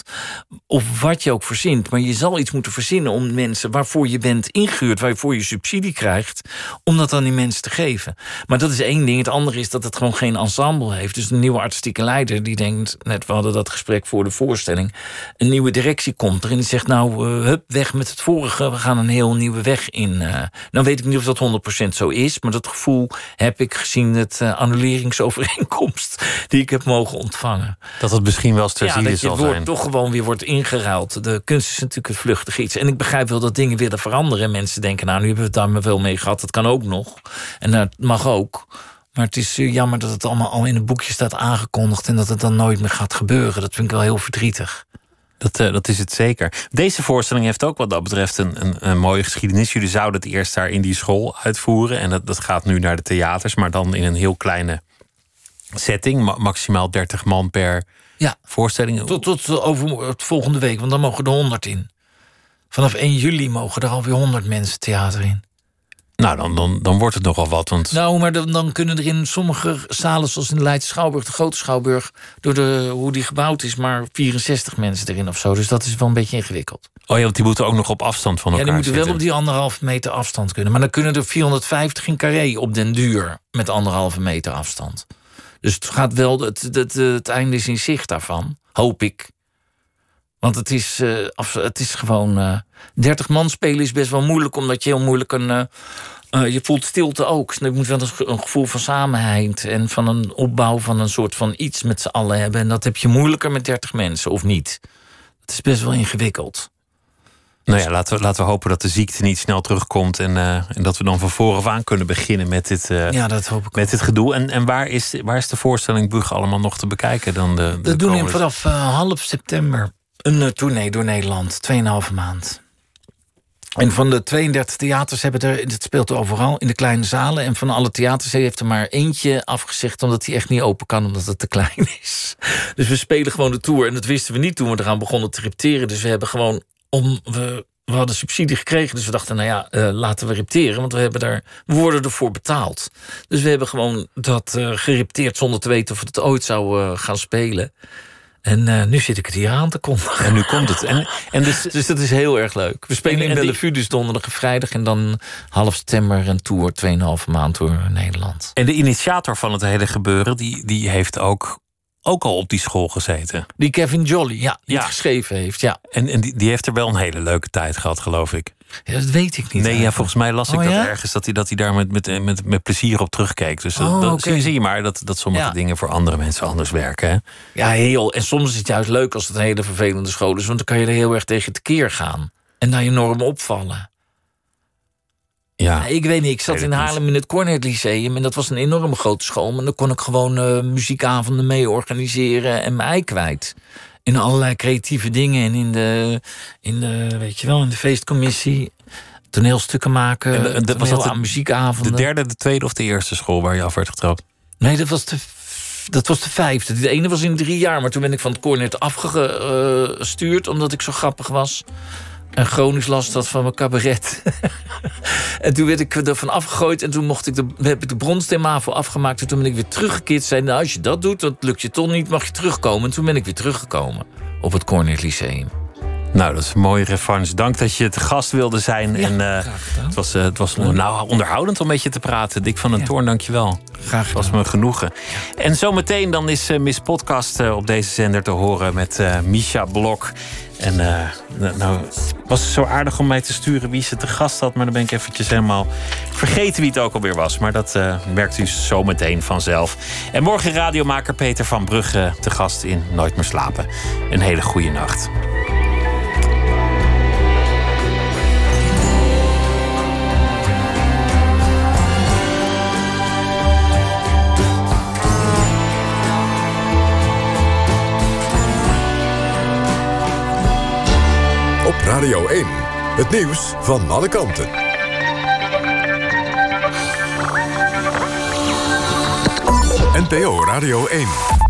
of wat je ook verzint. Maar je zal iets moeten verzinnen om mensen waarvoor je bent ingehuurd, waarvoor je subsidie krijgt, om dat aan die mensen te geven. Maar dat is één ding. Het andere is dat het gewoon geen ensemble heeft. Dus een nieuwe artistieke leider die denkt, net we hadden dat gesprek voor de voorstelling, een nieuwe directie komt er en die zegt nou, uh, hup, weg met het vorige, we gaan een heel nieuwe weg in. Uh, nou weet ik niet of dat honderd procent zo is, maar dat gevoel heb ik gezien het uh, annuleringsovereenkomst die ik heb mogen ontvangen. Dat het misschien wel ter Ja, ziele dat je zal het woord zijn. toch gewoon weer wordt ingeruild. De kunst is natuurlijk het vluchtig iets. En ik begrijp wel dat dingen willen veranderen. En mensen denken, nou, nu hebben we het daar maar wel mee gehad. Dat kan ook nog. En dat mag ook. Maar het is uh, jammer dat het allemaal al in een boekje staat aangekondigd en dat het dan nooit meer gaat gebeuren. Dat vind ik wel heel verdrietig. Dat, uh, dat is het zeker. Deze voorstelling heeft ook wat dat betreft een, een, een mooie geschiedenis. Jullie zouden het eerst daar in die school uitvoeren. En dat, dat gaat nu naar de theaters, maar dan in een heel kleine setting. Ma- maximaal dertig man per Ja. voorstelling. Tot, tot over het volgende week, want dan mogen er honderd in. Vanaf één juli mogen er alweer honderd mensen theater in. Nou, dan, dan, dan wordt het nogal wat. Want Nou, maar dan, dan kunnen er in sommige zalen, zoals in de Leidse Schouwburg, de Grote Schouwburg, door de, hoe die gebouwd is, maar vierenzestig mensen erin of zo. Dus dat is wel een beetje ingewikkeld. oh ja, want die moeten ook nog op afstand van Ja, elkaar die moeten wel zitten. op die anderhalve meter afstand kunnen. Maar dan kunnen er vierhonderdvijftig in carré op den duur met anderhalve meter afstand. Dus het gaat wel, het, het, het, het einde is in zicht daarvan, hoop ik. Want het is, uh, af, het is gewoon uh, dertig man spelen is best wel moeilijk, omdat je heel moeilijk een uh, uh, je voelt stilte ook. Dus je moet wel een, een gevoel van samenheid en van een opbouw van een soort van iets met z'n allen hebben. En dat heb je moeilijker met dertig mensen, of niet? Het is best wel ingewikkeld. Nou ja, laten we, laten we hopen dat de ziekte niet snel terugkomt. En, uh, en dat we dan van vooraf aan kunnen beginnen met dit, uh, Ja, dat hoop ik met dit gedoe. En, en waar, is, waar is de voorstelling Brugge allemaal nog te bekijken dan? De, de We doen komende- vanaf uh, half september een uh, tournee door Nederland. Tweeënhalve maand. En van de tweeëndertig theaters hebben er, het speelt overal in de kleine zalen. En van alle theaters heeft er maar eentje afgezegd, omdat hij echt niet open kan, omdat het te klein is. Dus we spelen gewoon de tour. En dat wisten we niet toen we eraan begonnen te repeteren. Dus we hebben gewoon om. We, we hadden subsidie gekregen, dus we dachten, nou ja, uh, laten we repeteren, want we, hebben daar, we worden ervoor betaald. Dus we hebben gewoon dat uh, gerepeteerd zonder te weten of het ooit zou uh, gaan spelen. En uh, nu zit ik het hier aan te kondigen. En nu komt het. En, en dus, Dus dat is heel erg leuk. We spelen En- in en die- Bellevue dus donderdag en vrijdag. En dan half september een tour, tweeënhalve maand door Nederland. en de initiator van het hele gebeuren, die, die heeft ook, ook al op die school gezeten. Die Kevin Jolly, ja, die Ja. het geschreven heeft. Ja. En, en die, die heeft er wel een hele leuke tijd gehad, geloof ik. Ja, dat weet ik niet. Nee, ja, eigenlijk. volgens mij las ik Oh, dat ja? ergens, dat hij, dat hij daar met, met, met, met plezier op terugkeek. Dus dat, Oh, dat- oké. zie, zie je maar dat, dat sommige Ja. dingen voor andere mensen anders werken. Hè? Ja, heel. En soms is het juist leuk als het een hele vervelende school is. Want dan kan je er heel erg tegen tekeer gaan. En dan enorm opvallen. Ja. Ja, ik weet niet, ik zat weet in het niet. Haarlem in het Cornet Lyceum. En dat was een enorme grote school. Maar dan kon ik gewoon uh, muziekavonden mee organiseren en mijn ei kwijt. In allerlei creatieve dingen. En in de, in de, weet je wel, in de feestcommissie. Toneelstukken maken. En de- de- was toneel dat de- aan muziekavonden. De derde, de tweede of de eerste school waar je af werd getrapt? Nee, dat was de, dat was de vijfde. De ene was in drie jaar. Maar toen ben ik van het Cornet afgestuurd. Omdat ik zo grappig was. En chronisch last had van mijn cabaret. En toen werd ik ervan afgegooid. En toen mocht ik de, heb ik de bronstemavo afgemaakt. En toen ben ik weer teruggekeerd. Zei, nou, als je dat doet, dat lukt je toch niet. Mag je terugkomen. En toen ben ik weer teruggekomen op het Cornet Lyceum. Nou, dat is een mooie revanche. Dank dat je te gast wilde zijn. Ja, en, uh, graag gedaan. het was, uh, het was nou, onderhoudend om met je te praten. Dick van den Ja. Toorn, dank je wel. Graag Het was me genoegen. En zometeen dan is uh, Miss Podcast uh, op deze zender te horen met uh, Misha Blok. En uh, nou was het zo aardig om mij te sturen wie ze te gast had. Maar dan ben ik eventjes helemaal vergeten wie het ook alweer was. Maar dat uh, merkt u zometeen vanzelf. En morgen radiomaker Peter van Brugge te gast in Nooit meer slapen. Een hele goede nacht. Op Radio één, het nieuws van alle kanten. N P O Radio één.